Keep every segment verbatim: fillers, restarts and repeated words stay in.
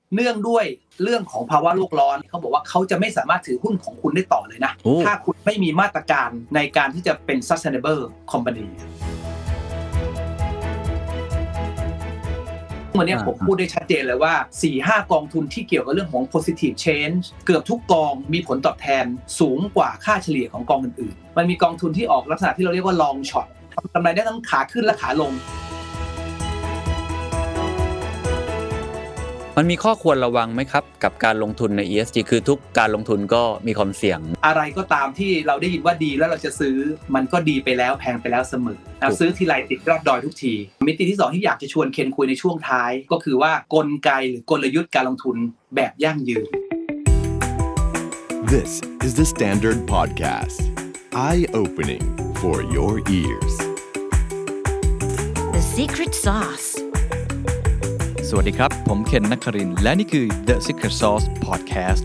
เนื่องด้วยเรื่องของภาวะโลกร้อนเขาบอกว่าเขาจะไม่สามารถถือหุ้นของคุณได้ต่อเลยนะถ้าคุณไม่มีมาตรการในการที่จะเป็น sustainable company วันนี้ผมพูดได้ชัดเจนเลยว่า สี่ห้า กองทุนที่เกี่ยวกับเรื่องของ positive change เกือบทุกกองมีผลตอบแทนสูงกว่าค่าเฉลี่ยของกองอื่นๆมันมีกองทุนที่ออกลักษณะที่เราเรียกว่า long shot ทำกำไรได้ทั้งขาขึ้นและขาลงมันมีข้อควรระวังไหมครับกับการลงทุนใน อี เอส จี คือทุกการลงทุนก็มีความเสี่ยงอะไรก็ตามที่เราได้ยินว่าดีแล้วเราจะซื้อมันก็ดีไปแล้วแพงไปแล้วเสมอนะซื้อทีไรติดยอดดอยทุกทีมิติที่สองที่อยากจะชวนเคนคุยในช่วงท้ายก็คือว่ากลไกหรือกลยุทธ์การลงทุนแบบยั่งยืน This is the Standard Podcast Eye-opening for your ears The Secret Sauce สวัสดีครับผมเคนนครินทร์และนี่คือ The Secret Sauce Podcast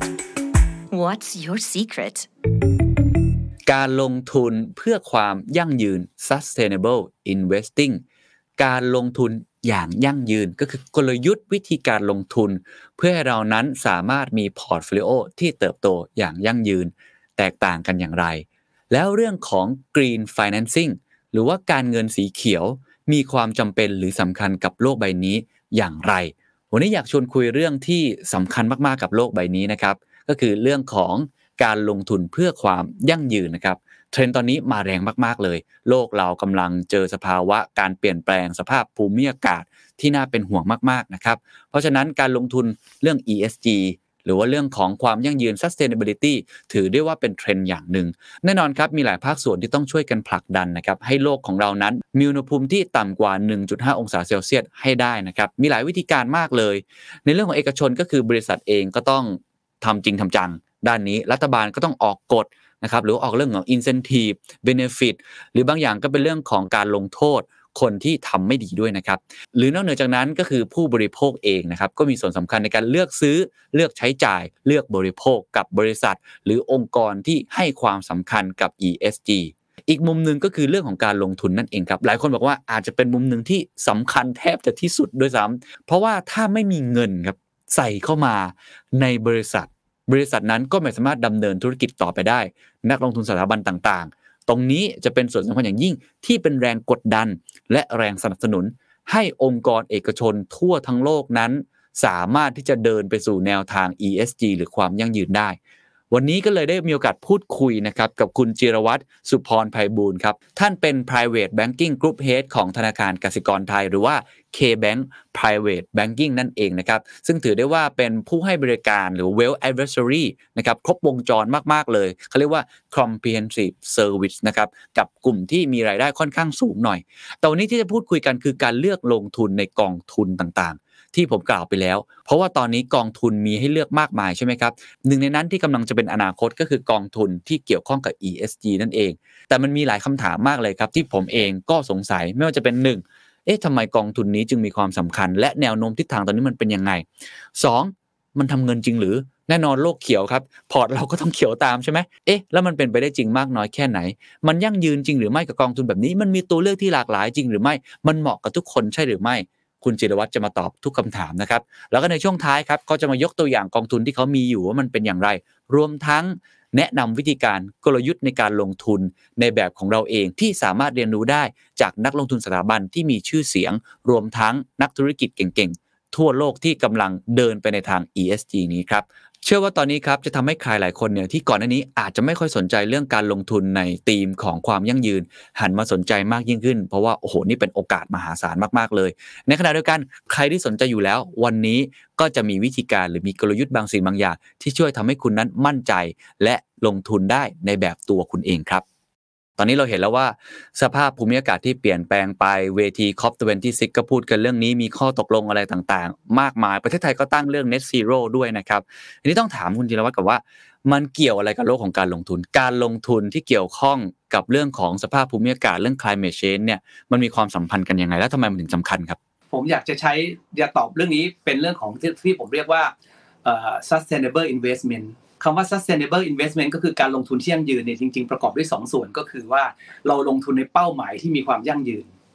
What's your secret การลงทุนเพื่อความยั่งยืน Sustainable Investing การลงทุนอย่างยั่งยืนก็คือกลยุทธ์วิธีการลงทุนเพื่อให้เรานั้นสามารถมีพอร์ตโฟลิโอที่เติบโตอย่างยั่งยืนแตกต่างกันอย่างไรแล้วเรื่องของ Green Financing หรือว่าการเงินสีเขียวมีความจำเป็นหรือสำคัญกับโลกใบนี้อย่างไรวันนี้อยากชวนคุยเรื่องที่สำคัญมากๆกับโลกใบนี้นะครับก็คือเรื่องของการลงทุนเพื่อความยั่งยืนนะครับเทรนด์ตอนนี้มาแรงมากๆเลยโลกเรากำลังเจอสภาวะการเปลี่ยนแปลงสภาพภูมิอากาศที่น่าเป็นห่วงมากๆนะครับเพราะฉะนั้นการลงทุนเรื่อง อี เอส จี หรือว่าเรื่องของความยั่งยืน sustainability ถือได้ว่าเป็นเทรนด์อย่างหนึ่งแน่นอนครับมีหลายภาคส่วนที่ต้องช่วยกันผลักดันนะครับให้โลกของเรานั้นมีอุณหภูมิที่ต่ำกว่า หนึ่งจุดห้า องศาเซลเซียสให้ได้นะครับมีหลายวิธีการมากเลยในเรื่องของเอกชนก็คือบริษัทเองก็ต้องทำจริงทำจังด้านนี้รัฐบาลก็ต้องออกกฎนะครับหรือออกเรื่องของ incentive benefit หรือบางอย่างก็เป็นเรื่องของการลงโทษคนที่ทำไม่ดีด้วยนะครับหรือนอกเหนือจากนั้นก็คือผู้บริโภคเองนะครับก็มีส่วนสำคัญในการเลือกซื้อเลือกใช้จ่ายเลือกบริโภคกับบริษัทหรือองค์กรที่ให้ความสำคัญกับ อี เอส จี อีกมุมนึงก็คือเรื่องของการลงทุนนั่นเองครับหลายคนบอกว่าอาจจะเป็นมุมนึงที่สำคัญแทบจะที่สุดด้วยซ้ำเพราะว่าถ้าไม่มีเงินครับใส่เข้ามาในบริษัทบริษัทนั้นก็ไม่สามารถดำเนินธุรกิจต่อไปได้นักลงทุนสถาบันต่างๆตรงนี้จะเป็นส่วนสำคัญอย่างยิ่งที่เป็นแรงกดดันและแรงสนับสนุนให้องค์กรเอกชนทั่วทั้งโลกนั้นสามารถที่จะเดินไปสู่แนวทาง อี เอส จี หรือความยั่งยืนได้วันนี้ก็เลยได้มีโอกาสพูดคุยนะครับกับคุณจิรวัฒน์สุพรไพบูลย์ครับท่านเป็น Private Banking Group Head ของธนาคารกสิกรไทยหรือว่า K-Bank Private Banking นั่นเองนะครับซึ่งถือได้ว่าเป็นผู้ให้บริการหรือ Wealth Advisory นะครับครบวงจรมากๆเลยเขาเรียกว่า Comprehensive Service นะครับกับกลุ่มที่มีรายได้ค่อนข้างสูงหน่อยแต่วันนี้ที่จะพูดคุยกันคือการเลือกลงทุนในกองทุนต่างๆที่ผมกล่าวไปแล้วเพราะว่าตอนนี้กองทุนมีให้เลือกมากมายใช่ไหมครับหนึ่งในนั้นที่กำลังจะเป็นอนาคตก็คือกองทุนที่เกี่ยวข้องกับ อี เอส จี นั่นเองแต่มันมีหลายคำถามมากเลยครับที่ผมเองก็สงสัยไม่ว่าจะเป็นหนึ่งเอ๊ะทำไมกองทุนนี้จึงมีความสำคัญและแนวโน้มทิศทางตอนนี้มันเป็นยังไงสองมันทำเงินจริงหรือแน่นอนโลกเขียวครับพอร์ตเราก็ต้องเขียวตามใช่ไหมเอ๊ะแล้วมันเป็นไปได้จริงมากน้อยแค่ไหนมันยั่งยืนจริงหรือไม่กับกองทุนแบบนี้มันมีตัวเลือกที่หลากหลายจริงหรือไม่มันเหมาะกับทุกคนใช่หรือไม่คุณจิรวัฒน์จะมาตอบทุกคำถามนะครับแล้วก็ในช่วงท้ายครับก็จะมายกตัวอย่างกองทุนที่เขามีอยู่ว่ามันเป็นอย่างไรรวมทั้งแนะนำวิธีการกลยุทธ์ในการลงทุนในแบบของเราเองที่สามารถเรียนรู้ได้จากนักลงทุนสถาบันที่มีชื่อเสียงรวมทั้งนักธุรกิจเก่งๆทั่วโลกที่กำลังเดินไปในทาง อี เอส จี นี้ครับเชื่อว่าตอนนี้ครับจะทำให้ใครหลายคนเนี่ยที่ก่อนหน้านี้อาจจะไม่ค่อยสนใจเรื่องการลงทุนในธีมของความยั่งยืนหันมาสนใจมากยิ่งขึ้นเพราะว่าโอ้โหนี่เป็นโอกาสมหาศาลมากๆเลยในขณะเดียวกันใครที่สนใจอยู่แล้ววันนี้ก็จะมีวิธีการหรือมีกลยุทธ์บางสิ่งบางอย่างที่ช่วยทำให้คุณนั้นมั่นใจและลงทุนได้ในแบบตัวคุณเองครับตอนนี้เราเห็นแล้วว่าสภาพภูมิอากาศที่เปลี่ยนแปลงไปเวที ซี โอ พี ยี่สิบหก ก็พูดกันเรื่องนี้มีข้อตกลงอะไรต่างๆมากมายประเทศไทยก็ตั้งเรื่อง Net Zero ด้วยนะครับอันนี้ต้องถามคุณจิรวัฒน์กับว่ามันเกี่ยวอะไรกับโลกของการลงทุนการลงทุนที่เกี่ยวข้องกับเรื่องของสภาพภูมิอากาศเรื่อง climate change เนี่ยมันมีความสัมพันธ์กันยังไงและทำไมมันถึงสำคัญครับผมอยากจะใช้จะตอบเรื่องนี้เป็นเรื่องของที่ที่ผมเรียกว่าเอ่อ sustainable investmentคำว่า sustainable investment ก็คือการลงทุนที่ยั่งยืนเนี่ยจริงๆประกอบด้วยสองส่วนก็คือว่าเราลงทุนในเป้าหมายที่มีความยั่งยืน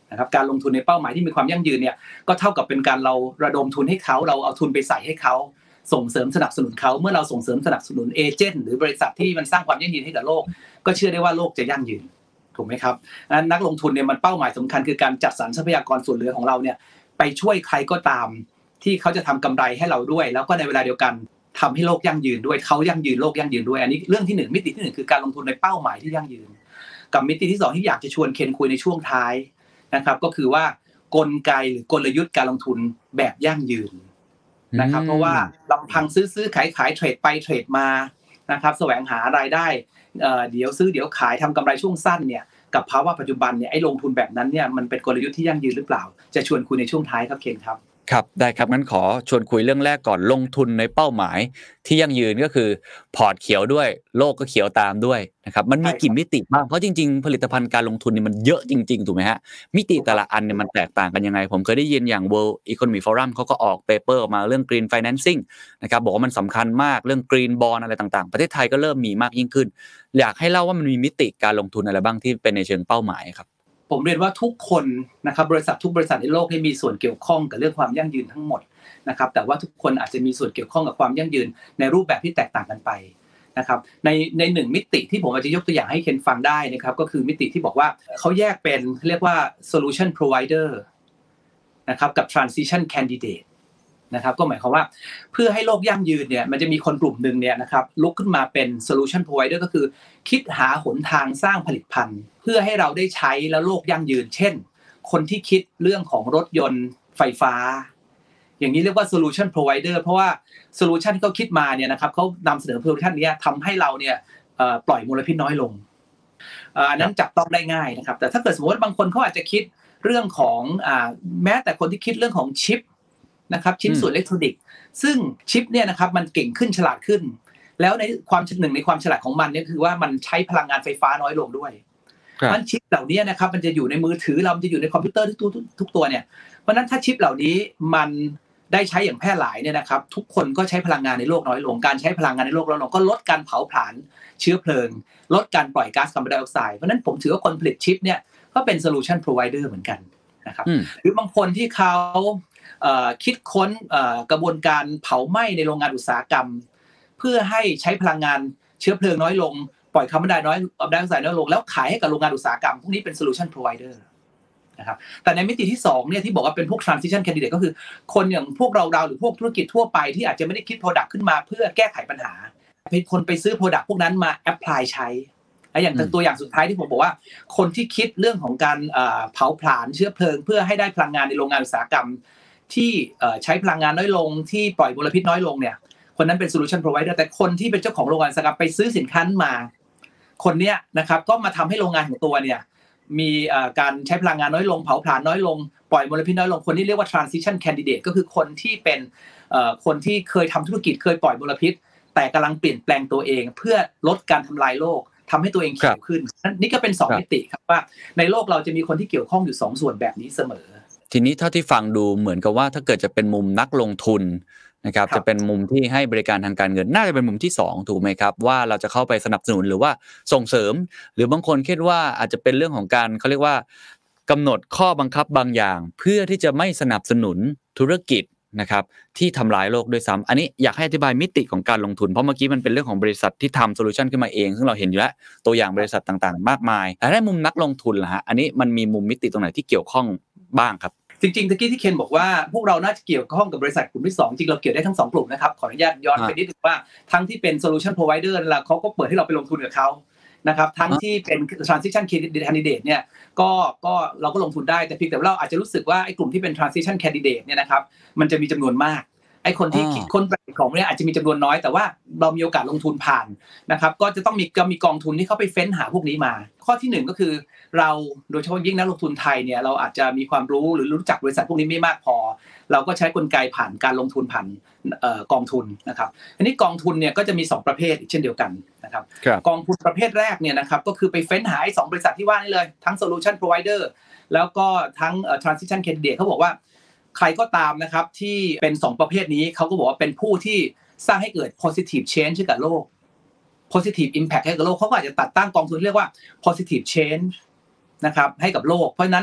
นะครับการลงทุนในเป้าหมายที่มีความยั่งยืนเนี่ยก็เท่ากับเป็นการเราระดมทุนให้เขาเราเอาทุนไปใส่ให้เขาส่งเสริมสนับสนุนเขาเมื่อเราส่งเสริมสนับสนุนเอเจนต์หรือบริษัทที่มันสร้างความยั่งยืนให้กับโลกก็เชื่อได้ว่าโลกจะยั่งยืนถูกไหมครับนักลงทุนเนี่ยมันเป้าหมายสำคัญคือการจัดสรรทรัพยากรส่วนเหลือของเราเนี่ยไปช่วยใครก็ตามที่เขาจะทำกำไรให้เราด้วยแล้วก็ในเวลาเดียวกันทำให้โลกยั่งยืนด้วยเขายั่งยืนโลกยั่งยืนด้วยอันนี้เรื่องที่หนึ่งมิติที่หนึ่งคือการลงทุนในเป้าหมายที่ยั่งยืนกับมิติที่สองที่อยากจะชวนเคนคุยในช่วงท้ายนะครับก็คือว่ากลไกหรือกลยุทธ์การลงทุนแบบยั่งยืนนะครับเพราะว่าลำพังซื้อซื้อขายขายเทรดไปเทรดมานะครับแสวงหารายได้เอ่อเดี๋ยวซื้อเดี๋ยวขายทำกำไรช่วงสั้นเนี่ยกับภาวะปัจจุบันเนี่ยไอ้ลงทุนแบบนั้นเนี่ยมันเป็นกลยุทธ์ที่ยั่งยืนหรือเปล่าจะชวนคุยในช่วงท้ายครับเคนครับครับได้ครับงั้นขอชวนคุยเรื่องแรกก่อนลงทุนในเป้าหมายที่ยั่งยืนก็คือพอร์ตเขียวด้วยโลกก็เขียวตามด้วยนะครับมันมีกี่มิติบ้างเพราะจริงๆผลิตภัณฑ์การลงทุนนี่มันเยอะจริงๆถูกไหมฮะมิติแต่ละอันเนี่ยมันแตกต่างกันยังไงผมเคยได้ยินอย่าง World Economic Forum เขาก็ออกเปเปอร์ออกมาเรื่อง Green Financing นะครับบอกว่ามันสำคัญมากเรื่อง Green Bond อะไรต่างๆประเทศไทยก็เริ่มมีมากยิ่งขึ้นอยากให้เล่าว่ามันมีมิติการลงทุนอะไรบ้างที่เป็นในเชิงเป้าหมายครับผมเรียนว่าทุกคนนะครับบริษัททุกบริษัทในโลกให้มีส่วนเกี่ยวข้องกับเรื่องความยั่งยืนทั้งหมดนะครับแต่ว่าทุกคนอาจจะมีส่วนเกี่ยวข้องกับความยั่งยืนในรูปแบบที่แตกต่างกันไปนะครับในในหนึ่งมิติที่ผมอาจจะยกตัวอย่างให้เคนฟังได้นะครับก็คือมิติที่บอกว่าเขาแยกเป็นเรียกว่า solution provider นะครับกับ transition candidate นะครับก็หมายความว่าเพื่อให้โลกยั่งยืนเนี่ยมันจะมีคนกลุ่มนึงเนี่ยนะครับลุกขึ้นมาเป็น solution provider ก็คือคิดหาหนทางสร้างผลิตภัณฑ์เพื่อให้เราได้ใช้แล้วโลกยั่งยืนเช่นคนที่คิดเรื่องของรถยนต์ไฟฟ้าอย่างนี้เรียกว่า solution provider เพราะว่า solution ที่เขาคิดมาเนี่ยนะครับเขานำเสนอ solution นี้ทำให้เราเนี่ยปล่อยมลพิษน้อยลงอันนั้นจับต้องได้ง่ายนะครับแต่ถ้าเกิดสมมติว่าบางคนเขาอาจจะคิดเรื่องของแม้แต่คนที่คิดเรื่องของชิปนะครับชิ้นส่วนอิเล็กทรอนิกส์ซึ่งชิปเนี่ยนะครับมันเก่งขึ้นฉลาดขึ้นแล้วในความหนึ่งในความฉลาดของมันเนี่ยคือว่ามันใช้พลังงานไฟฟ้าน้อยลงด้วยมันชิปเหล่านี้นะครับมันจะอยู่ในมือถือเราจะอยู่ในคอมพิวเตอร์ทุกทุกตัวเนี่ยเพราะนั้นถ้าชิปเหล่านี้มันได้ใช้อย่างแพร่หลายเนี่ยนะครับทุกคนก็ใช้พลังงานในโลกน้อยลงการใช้พลังงานในโลกน้อยลงก็ลดการเผาผลาญเชื้อเพลิงลดการปล่อยก๊าซคาร์บอนไดออกไซด์เพราะนั้นผมถือว่าคนผลิตชิปเนี่ยก็เป็น solution provider เหมือนกันนะครับหรือบางคนที่เขาคิดค้นกระบวนการเผาไหม้ในโรงงานอุตสาหกรรมเพื่อให้ใช้พลังงานเชื้อเพลิงน้อยลงปล่อยคาร์บอนไดน้อยไดออกไซด์น้อยลงแล้วขายให้กับโรงงานอุตสาหกรรมพวกนี้เป็น solution provider นะครับแต่ในมิติที่สองเนี่ยที่บอกว่าเป็นพวก transition candidate ก็คือคนอย่างพวกเราๆหรือพวกธุรกิจทั่วไปที่อาจจะไม่ได้คิด product ขึ้นมาเพื่อแก้ไขปัญหาเป็นคนไปซื้อ product พวกนั้นมา apply ใช้อย่างตัวอย่างสุดท้ายที่ผมบอกว่าคนที่คิดเรื่องของการเผาผลาญเชื้อเพลิงเพื่อให้ได้พลังงานในโรงงานอุตสาหกรรมที่ใช้พลังงานน้อยลงที่ปล่อยมลพิษน้อยลงเนี่ยคนนั้นเป็น solution provider แต่คนที่เป็นเจ้าของโรงงานอุตสาหกรรมไปซื้อสินค้ามาคนเนี้ยนะครับก็มาทำให้โรงงานของตัวเนี่ยมีการใช้พลังงานน้อยลงเผาผลาญน้อยลงปล่อยมลพิษน้อยลงคนนี้เรียกว่า transition candidate ก็คือคนที่เป็นคนที่เคยทำธุรกิจเคยปล่อยมลพิษแต่กำลังเปลี่ยนแปลงตัวเองเพื่อลดการทำลายโลกทำให้ตัวเองเขียวขึ้นนี่ก็เป็นสองมิติครับว่าในโลกเราจะมีคนที่เกี่ยวข้องอยู่สองส่วนแบบนี้เสมอทีนี้เท่าที่ฟังดูเหมือนกับว่าถ้าเกิดจะเป็นมุมนักลงทุนนะครับจะเป็นมุมที่ให้บริการทางการเงินน่าจะเป็นมุมที่สองถูกไหมครับว่าเราจะเข้าไปสนับสนุนหรือว่าส่งเสริมหรือบางคนคิดว่าอาจจะเป็นเรื่องของการเขาเรียกว่ากำหนดข้อบังคับบางอย่างเพื่อที่จะไม่สนับสนุนธุรกิจนะครับที่ทำลายโลกด้วยซ้ำอันนี้อยากให้อธิบายมิติของการลงทุนเพราะเมื่อกี้มันเป็นเรื่องของบริษัทที่ทำโซลูชันขึ้นมาเองซึ่งเราเห็นอยู่แล้วตัวอย่างบริษัทต่างๆมากมายแต่ในมุมนักลงทุนล่ะฮะอันนี้มันมีมุมมิติตรงไหนที่เกี่ยวข้องบ้างครับจริงๆตะกี้ที่เคนบอกว่าพวกเราน่าจะเกี่ยวข้องกับบริษัทกลุ่มที่สองจริงเราเกี่ยวได้ทั้งสองกลุ่มนะครับขออนุญาตย้อนไปนิดนึงว่าทั้งที่เป็น solution provider แล้วเขาก็เปิดให้เราไปลงทุนกับเขานะครับทั้งที่เป็น transition candidate เนี่ยก็ก็เราก็ลงทุนได้แต่เพียงแต่ว่าเราอาจจะรู้สึกว่าไอ้กลุ่มที่เป็น transition candidate เนี่ยนะครับมันจะมีจำนวนมากไอ้คนที่คิดค้นแปลงของเนี่ยอาจจะมีจำนวนน้อยแต่ว่าเรามีโอกาสลงทุนผ่านนะครับก็จะต้องมีก็มีกองทุนที่เขาไปเฟ้นหาพวกนี้มาข้อที่หนึ่งก็คือเราโดยเฉพาะยิ่งนักลงทุนไทยเนี่ยเราอาจจะมีความรู้หรือรู้จักบริษัทพวกนี้ไม่มากพอเราก็ใช้กลไกผ่านการลงทุนผ่านเอ่อกองทุนนะครับอันนี้กองทุนเนี่ยก็จะมีสองประเภทเช่นเดียวกันนะครับกองทุนประเภทแรกเนี่ยนะครับก็คือไปเฟ้นหาไอ้สองบริษัทที่ว่านี่เลยทั้ง solution provider แล้วก็ทั้ง transition candidate เขาบอกว่าใครก็ตามนะครับที่เป็นสองประเภทนี้เขาก็บอกว่าเป็นผู้ที่สร้างให้เกิด positive change ให้กับโลก positive impact ให้กับโลกเขาก็อาจจะตัดตั้งกองทุนเรียกว่า positive change นะครับให้กับโลกเพราะฉะนั้น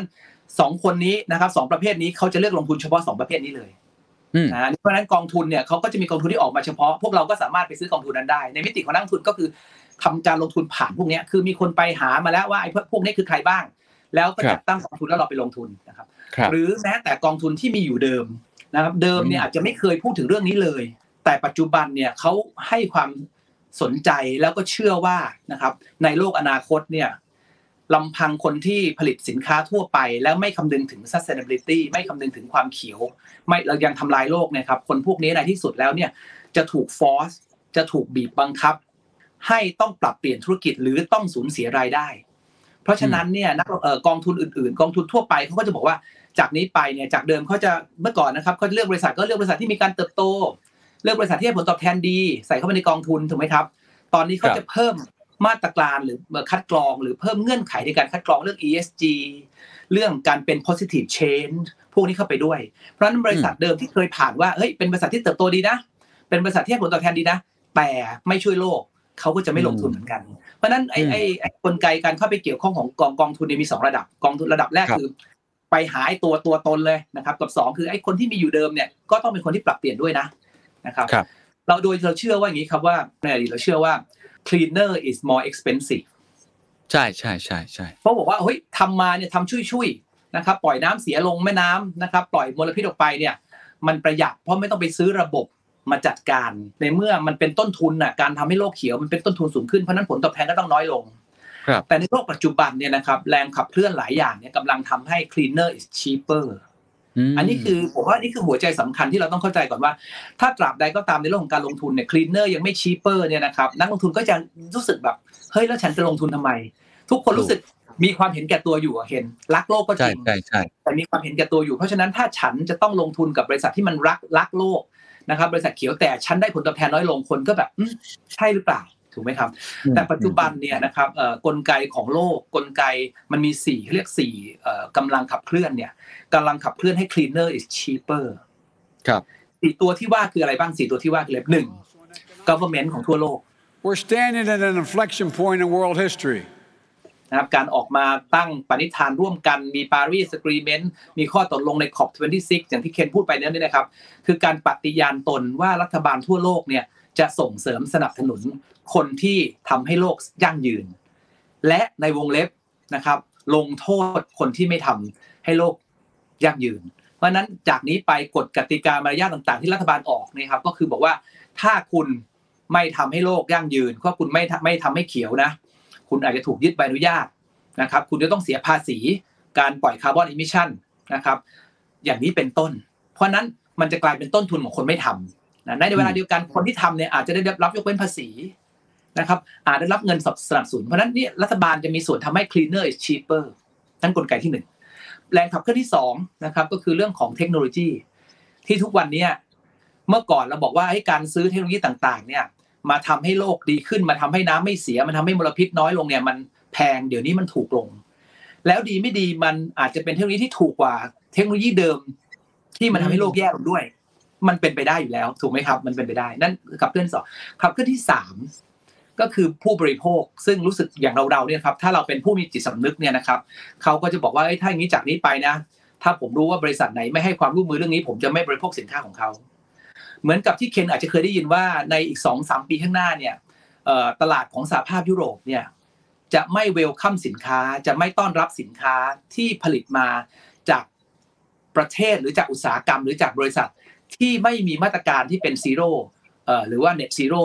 สองคนนี้นะครับสองประเภทนี้เขาจะเลือกลงทุนเฉพาะสองประเภทนี้เลยนะเพราะฉะนั้นกองทุนเนี่ยเขาก็จะมีกองทุนที่ออกมาเฉพาะพวกเราก็สามารถไปซื้อกองทุนนั้นได้ในมิติของนักลงทุนก็คือทำการลงทุนผ่านพวกนี้คือมีคนไปหามาแล้วว่าไอ้พวกนี้คือใครบ้างแล้วก็จัดตั้งกองทุนแล้วเราไปลงทุนนะครับหรือแม้แต่กองทุนที่มีอยู่เดิมนะครับเดิมเนี่ยอาจจะไม่เคยพูดถึงเรื่องนี้เลยแต่ปัจจุบันเนี่ยเขาให้ความสนใจแล้วก็เชื่อว่านะครับในโลกอนาคตเนี่ยลำพังคนที่ผลิตสินค้าทั่วไปแล้วไม่คำนึงถึง sustainability ไม่คำนึงถึงความเขียวไม่เรายังทำลายโลกเนี่ยครับคนพวกนี้ในที่สุดแล้วเนี่ยจะถูกฟอร์สจะถูกบีบบังคับให้ต้องปรับเปลี่ยนธุรกิจหรือต้องสูญเสียรายได้เพราะฉะนั้นเนี่ยนักเอ่อกองทุนอื่นๆกองทุนทั่วไปเขาก็จะบอกว่าจากนี้ไปเนี่ยจากเดิมเขาจะเมื่อก่อนนะครับเขาเลือกบริษัทก็เลือกบริษัทที่มีการเติบโตเลือกบริษัทที่ให้ผลตอบแทนดีใส่เข้าไปในกองทุนถูกไหมครับตอนนี้เขาจะเพิ่มมาตรการหรือคัดกรองหรือเพิ่มเงื่อนไขในการคัดกรองเรื่อง อี เอส จี เรื่องการเป็น positive change พวกนี้เข้าไปด้วยเพราะฉะนั้นบริษัทเดิมที่เคยผ่านว่าเฮ้ยเป็นบริษัทที่เติบโตดีนะเป็นบริษัทที่ให้ผลตอบแทนดีนะแต่ไม่ช่วยโลกเขาก็จะไม่ลงทุนเหมือนกันเพราะฉะนั้นไอ้ไอ้ไอ้กลไกการเข้าไปเกี่ยวข้องของกองกองทุนเนี่ยมีสองระดับกองทุนระดับแรกคือไปหาไอ้ตัวตัวตนเลยนะครับกับสองคือไอ้คนที่มีอยู่เดิมเนี่ยก็ต้องเป็นคนที่ปรับเปลี่ยนด้วยนะนะครับเราโดยเราเชื่อว่าอย่างนี้ครับว่าในอดีตเราเชื่อว่า cleaner is more expensive ใช่ใช่ใช่ใช่เพราะบอกว่าเฮ้ยทำมาเนี่ยทำช่วยๆนะครับปล่อยน้ำเสียลงแม่น้ำนะครับปล่อยมลพิษออกไปเนี่ยมันประหยัดเพราะไม่ต้องไปซื้อระบบมาจัดการในเมื่อมันเป็นต้นทุนน่ะการทำให้โลกเขียวมันเป็นต้นทุนสูงขึ้นเพราะนั้นผลตอบแทนก็ต้องน้อยลงแต่ในโลกปัจจุบันเนี่ยนะครับแรงขับเคลื่อนหลายอย่างเนี่ยกำลังทำให้ cleaner is cheaper อันนี้คือผมว่านี่คือหัวใจสำคัญที่เราต้องเข้าใจก่อนว่าถ้าตราบใดก็ตามในเรื่องของการลงทุนเนี่ย cleaner ยังไม่ cheaper เนี่ยนะครับนักลงทุนก็จะรู้สึกแบบเฮ้ยแล้วฉันจะลงทุนทำไมทุกคนรู้สึกมีความเห็นแก่ตัวอยู่เห็นรักโลกก็จริงแต่มีความเห็นแก่ตัวอยู่เพราะฉะนั้นถ้าฉันจะต้องลงทุนกับบริษัทที่มันรักรักโลกนะครับบริษัทเขียวแต่ฉันได้ผลตอบแทนน้อยลงคนก็แบบใช่หรือเปล่าถูกไหมครับแต่ปัจจุบันเนี่ยนะครับเอ่อกลไกของโลกกลไกมันมีสี่เรียกสี่เอ่อกำลังขับเคลื่อนเนี่ยกำลังขับเคลื่อนให้ cleaner is cheaper ครับสี่ตัวที่ว่าคืออะไรบ้างสี่ตัวที่ว่าคืออะไรหนึ่ง government ของทั่วโลก We're standing at an inflection point in world history นะครับการออกมาตั้งปณิธานร่วมกันมี Paris Agreement มีข้อตกลงใน ซี โอ พี ยี่สิบหก อย่างที่เคนพูดไปเนี่ยนะครับคือการปฏิญาณตนว่ารัฐบาลทั่วโลกเนี่ยจะส่งเสริมสนับสนุนคนที่ทำให้โลกยั่งยืนและในวงเล็บนะครับลงโทษคนที่ไม่ทำให้โลกยั่งยืนเพราะนั้นจากนี้ไปกฎกติกามารยาทต่างๆที่รัฐบาลออกนะครับก็คือบอกว่าถ้าคุณไม่ทำให้โลกยั่งยืนก็คุณไม่ไม่ทำให้เขียวนะคุณอาจจะถูกยึดใบอนุญาตนะครับคุณจะต้องเสียภาษีการปล่อยคาร์บอนอิมิชันนะครับอย่างนี้เป็นต้นเพราะนั้นมันจะกลายเป็นต้นทุนของคนไม่ทำนะในเวลาเดียวกันคนที่ทำเนี่ยอาจจะได้รับยกเว้นภาษีนะครับอาจได้รับเงินสนับสนุนเพราะนั้นนี่รัฐบาลจะมีส่วนทำให้ cleaner is cheaper นั่นกลไกที่หนึ่งแรงขับเคลื่อนที่สองนะครับก็คือเรื่องของเทคโนโลยีที่ทุกวันนี้เมื่อก่อนเราบอกว่าให้การซื้อเทคโนโลยีต่างๆเนี่ยมาทำให้โลกดีขึ้นมาทำให้น้ำไม่เสียมันทำให้มลพิษน้อยลงเนี่ยมันแพงเดี๋ยวนี้มันถูกลงแล้วดีไม่ดีมันอาจจะเป็นเทคโนโลยีที่ถูกกว่าเทคโนโลยีเดิมที่มันทำให้โลกแย่ลงด้วยมันเป็นไปได้อยู่แล้วถูกไหมครับมันเป็นไปได้นั่นขับเคลื่อนที่สองขับเคลื่อนที่สามก็คือผู้บริโภคซึ่งรู้สึกอย่างเราๆเนี่ยครับถ้าเราเป็นผู้มีจิตสำนึกเนี่ยนะครับเขาก็จะบอกว่าถ้าอย่างนี้จากนี้ไปนะถ้าผมรู้ว่าบริษัทไหนไม่ให้ความร่วมมือเรื่องนี้ผมจะไม่บริโภคสินค้าของเขาเหมือนกับที่เคนอาจจะเคยได้ยินว่าในอีก สองถึงสาม ปีข้างหน้าเนี่ยตลาดของสหภาพยุโรปเนี่ยจะไม่เวลคัมสินค้าจะไม่ต้อนรับสินค้าที่ผลิตมาจากประเทศหรือจากอุตสาหกรรมหรือจากบริษัทที่ไม่มีมาตรการที่เป็นซีโร่หรือว่า net zero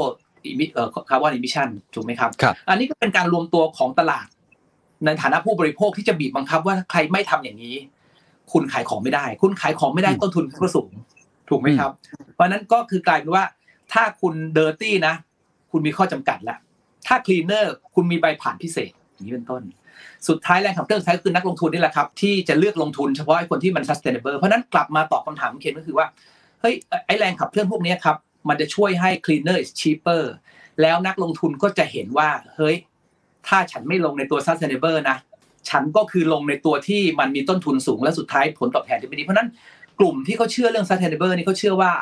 carbon emission ถูกไหมครับอันนี้ก็เป็นการรวมตัวของตลาดในฐานะผู้บริโภคที่จะบีบบังคับว่าใครไม่ทำอย่างนี้คุณขายของไม่ได้คุณขายของไม่ได้ต้นทุนก็สูงถูกไหมครับเพราะนั้นก็คือกลายเป็นว่าถ้าคุณ dirty นะคุณมีข้อจำกัดแล้วถ้า cleaner คุณมีใบผ่านพิเศษอย่างนี้เป็นต้นสุดท้ายแรงขับเคลื่อนสุดท้ายคือนักลงทุนนี่แหละครับที่จะเลือกลงทุนเฉพาะไอ้คนที่มัน sustainable เพราะนั้นกลับมาตอบคำถามเคนก็คือว่าเฮ้ยไอ้แรงขับเคลื่อนพวกนี้ครับมันจะช่วยให้ cleaner is cheaper แล้วนักลงทุนก็จะเห็นว่าเฮ้ยถ้าฉันไม่ลงในตัว sustainable นะฉันก็คือลงในตัวที่มันมีต้นทุนสูงและสุดท้ายผลตอบแทนจะไม่ดีเพราะนั้นกลุ่มที่เขาเชื่อเรื่อง sustainable นี่เขาเชื่อว่า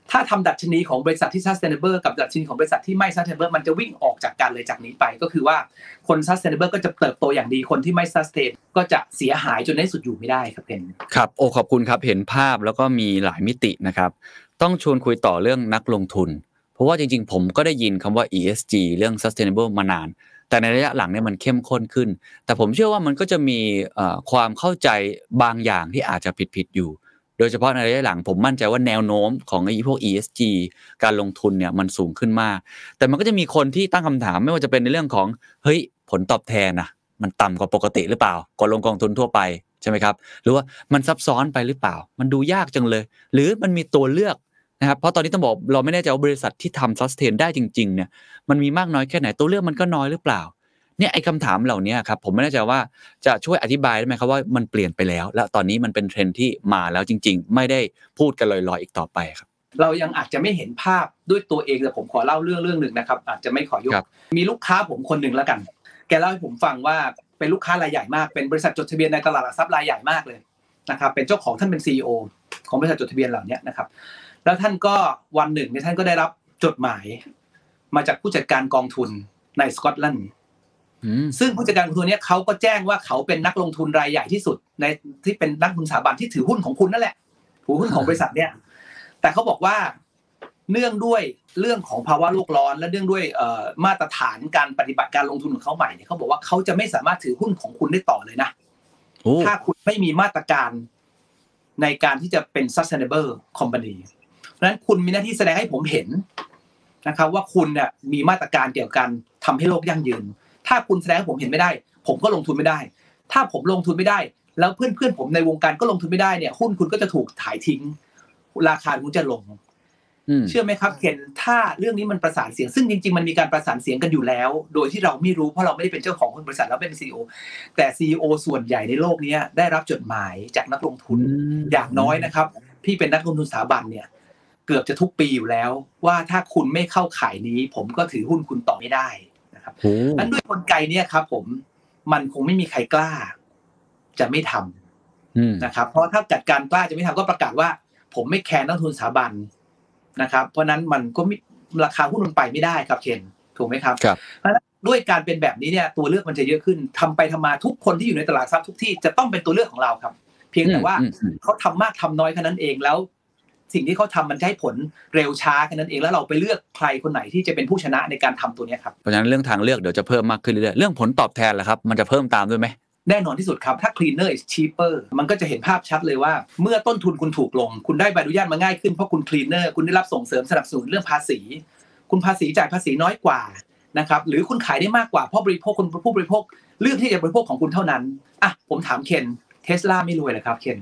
ถ้าทำดัชนีของบริษัทที่ sustainable กับดัชนีของบริษัทที่ไม่ sustainable มันจะวิ่งออกจากกันเลยจากนี้ไปก็คือว่าคน sustainable ก็จะเติบโตอย่างดีคนที่ไม่ sustain ก็จะเสียหายจนในสุดอยู่ไม่ได้ครับเพนครับโอ้ขอบคุณครับเห็นภาพแล้วก็มีหลายมิตินะครับต้องชวนคุยต่อเรื่องนักลงทุนเพราะว่าจริงๆผมก็ได้ยินคำว่า อี เอส จี เรื่อง sustainable มานานแต่ในระยะหลังเนี่ยมันเข้มข้นขึ้นแต่ผมเชื่อว่ามันก็จะมีความเข้าใจบางอย่างที่อาจจะผิดๆอยู่โดยเฉพาะในระยะหลังผมมั่นใจว่าแนวโน้มของไอ้พวก อี เอส จี การลงทุนเนี่ยมันสูงขึ้นมากแต่มันก็จะมีคนที่ตั้งคำถามไม่ว่าจะเป็นในเรื่องของเฮ้ยผลตอบแทนนะมันต่ำกว่าปกติหรือเปล่ากว่าลงกองทุนทั่วไปใช่ไหมครับหรือว่ามันซับซ้อนไปหรือเปล่ามันดูยากจังเลยหรือมันมีตัวเลือกนะครับเพราะตอนนี้ต้องบอกเราไม่แน่ใจว่าบริษัทที่ทำซัสเทนได้จริงๆเนี่ยมันมีมากน้อยแค่ไหนตัวเลือกมันก็น้อยหรือเปล่าเนี่ยไอ้คำถามเหล่านี้ครับผมไม่แน่ใจว่าจะช่วยอธิบายได้ไหมครับว่ามันเปลี่ยนไปแล้วและตอนนี้มันเป็นเทรนด์ที่มาแล้วจริงๆไม่ได้พูดกันลอยๆอีกต่อไปครับเรายังอาจจะไม่เห็นภาพด้วยตัวเองแต่ผมขอเล่าเรื่องเรื่องนึงนะครับอาจจะไม่ขอยกมีลูกค้าผมคนนึงแล้วกันแกเล่าให้ผมฟังว่าเป็นลูกค้ารายใหญ่มากเป็นบริษัทจดทะเบียนในตลาดหลักทรัพย์รายใหญ่มากเลยนะครับเป็นเจ้าของท่านเป็น ซี อี โอ ของบริษัทจดทะเบียนเหล่านี้นะครับแล้วท่านก็วันหนึ่งเนี่ยท่านก็ได้รับจดหมายมาจากผู้จัดการกองทุนในสกอตแลนด์ซึ่งผู้จัดการกองทุนเนี่ยเขาก็แจ้งว่าเขาเป็นนักลงทุนรายใหญ่ที่สุดในที่เป็นนักลงทุนสถาบันที่ถือหุ้นของคุณนั่นแหละถือหุ้นของบริษัทเนี่ยแต่เขาบอกว่าเนื่องด้วยเรื่องของภาวะโลกร้อนและเนื่องด้วยมาตรฐานการปฏิบัติการลงทุนของเขาใหม่เนี่ยเขาบอกว่าเขาจะไม่สามารถถือหุ้นของคุณได้ต่อเลยนะถ้าคุณไม่มีมาตรการในการที่จะเป็น sustainable company เพราะฉะนั้นคุณมีหน้าที่แสดงให้ผมเห็นนะครับว่าคุณเนี่ยมีมาตรการเกี่ยวกับการทำให้โลกยั่งยืนถ้าคุณแสดงให้ผมเห็นไม่ได้ผมก็ลงทุนไม่ได้ถ้าผมลงทุนไม่ได้แล้วเพื่อนๆผมในวงการก็ลงทุนไม่ได้เนี่ยหุ้นคุณก็จะถูกขายทิ้งราคาคุณจะลงเชื่อไหมครับเคนถ้าเรื่องนี้มันประสานเสียงซึ่งจริงๆมันมีการประสานเสียงกันอยู่แล้วโดยที่เราไม่รู้เพราะเราไม่ได้เป็นเจ้าของบริษัทเราเป็น ซี อี โอ แต่ ซี อี โอ ส่วนใหญ่ในโลกนี้ได้รับจดหมายจากนักลงทุนอย่างน้อยนะครับพี่เป็นนักลงทุนสถาบันเนี่ยเกือบจะทุกปีอยู่แล้วว่าถ้าคุณไม่เข้าข่ายนี้ผมก็ถือหุ้นคุณต่อไม่ได้นะครับนั้นด้วยกลไกนี้ครับผมมันคงไม่มีใครกล้าจะไม่ทำนะครับเพราะถ้าจัดการกล้าจะไม่ทำก็ประกาศว่าผมไม่แคร์นักลงทุนสถาบันนะครับเพราะนั้นมันก็ราคาหุ้นมันไปไม่ได้ครับเคนถูกไหมครับเพราะฉะนั้นด้วยการเป็นแบบนี้เนี่ยตัวเลือกมันจะเยอะขึ้นทำไปทำมาทุกคนที่อยู่ในตลาดทรัพย์ทุกที่จะต้องเป็นตัวเลือกของเราครับเพียงแต่ว่าเขาทำมากทำน้อยแค่นั้นเองแล้วสิ่งที่เขาทำมันจะให้ผลเร็วช้าแค่นั้นเองแล้วเราไปเลือกใครคนไหนที่จะเป็นผู้ชนะในการทำตัวนี้ครับเพราะฉะนั้นเรื่องทางเลือกเดี๋ยวจะเพิ่มมากขึ้นเรื่อยๆเรื่องผลตอบแทนล่ะครับมันจะเพิ่มตามด้วยไหมแน่นอนที่สุดครับถ้า cleaner is cheaper มันก็จะเห็นภาพชัดเลยว่าเมื่อต้นทุนคุณถูกลงคุณได้ใบอนุญาตมาง่ายขึ้นเพราะคุณ cleaner คุณได้รับส่งเสริมสนับสนุนเรื่องภาษีคุณภาษีจ่ายภาษีน้อยกว่านะครับหรือคุณขายได้มากกว่าเพราะบริโภคคนผู้บริโภคเลือกที่จะบริโภคของคุณเท่านั้นอ่ะผมถามเคน Tesla ไม่รวยเหรอครับเคน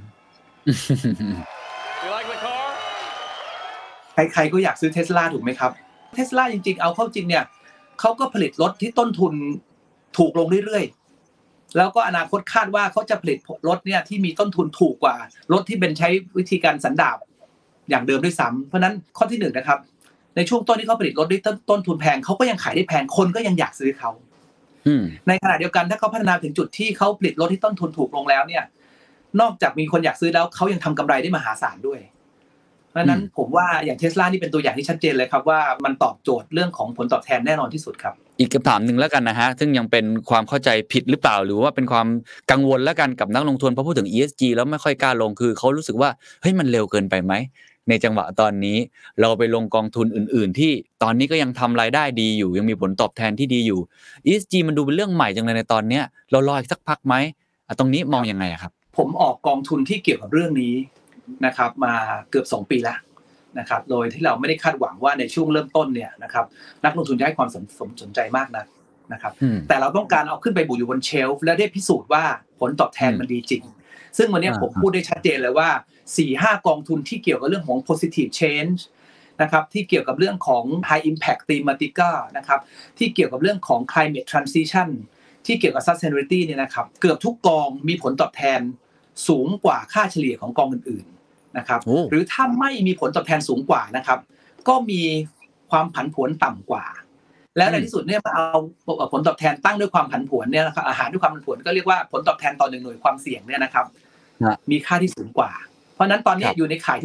ใครๆก็อยากซื้อ Tesla ถูกไหมครับ Tesla จริงๆเอาเข้าจริงเนี่ยเขาก็ผลิตรถที่ต้นทุนถูกลงเรื่อยๆแล้วก็อนาคตคาดว่าเขาจะผลิตรถเนี่ยที่มีต้นทุนถูกกว่ารถที่เป็นใช้วิธีการสันดาปอย่างเดิมด้วยซ้ำเพราะนั้นข้อที่หนึ่งนะครับในช่วงต้นที่เขาผลิตรถด้วยต้นทุนแพงเขาก็ยังขายได้แพงคนก็ยังอยากซื้อเขาในขณะเดียวกันถ้าเขาพัฒนาถึงจุดที่เขาผลิตรถที่ต้นทุนถูกลงแล้วเนี่ยนอกจากมีคนอยากซื้อแล้วเขายังทำกำไรได้มหาศาลด้วยเพราะนั้นผมว่าอย่าง Tesla นี่เป็นตัวอย่างที่ชัดเจนเลยครับว่ามันตอบโจทย์เรื่องของผลตอบแทนแน่นอนที่สุดครับอีกคำถามนึงแล้วกันนะฮะซึ่งยังเป็นความเข้าใจผิดหรือเปล่าหรือว่าเป็นความกังวลแล้วกันกับนักลงทุนพอพูดถึง อี เอส จี แล้วไม่ค่อยกล้าลงคือเขารู้สึกว่าเฮ้ยมันเร็วเกินไปไหมในจังหวะตอนนี้เราไปลงกองทุนอื่นๆที่ตอนนี้ก็ยังทำรายได้ดีอยู่ยังมีผลตอบแทนที่ดีอยู่ อี เอส จี มันดูเป็นเรื่องใหม่จังเลยในตอนนี้เรารออีกสักพักไหมตรงนี้มองยังไงครับผมออกกองทุนที่เกี่ยวกับเรื่องนี้นะครับมาเกือบสองปีแล้วนะครับโดยที่เราไม่ได้คาดหวังว่าในช่วงเริ่มต้นเนี่ยนะครับนักลงทุนจะให้ความสนใจมากนักนะครับแต่เราต้องการเอาขึ้นไปบูอยู่บนเชลฟ์และได้พิสูจน์ว่าผลตอบแทนมันดีจริงซึ่งวันนี้ผมพูดได้ชัดเจนเลยว่า สี่ ห้ากองทุนที่เกี่ยวกับเรื่องของ positive change นะครับที่เกี่ยวกับเรื่องของ high impact thematica นะครับที่เกี่ยวกับเรื่องของ climate transition ที่เกี่ยวกับ sustainability เนี่ยนะครับเกือบทุกกองมีผลตอบแทนสูงกว่าค่าเฉลี่ยของกองอื่นๆนะครับหรือถ้าไม่มีผลตอบแทนสูงกว่านะครับก็มีความผันผวนต่ำกว่าและในที่สุดเนี่ยมาเอาผลตอบแทนตั้งด้วยความผันผวนเนี่ยนะครับอาหารด้วยความผันผวนก็เรียกว่าผลตอบแทนต่อหนึ่งหน่วยความเสี่ยงเนี่ยนะครับมีค่าที่สูงกว่าเพราะนั้นตอนนี้อยู่ในข่ายที่ว่า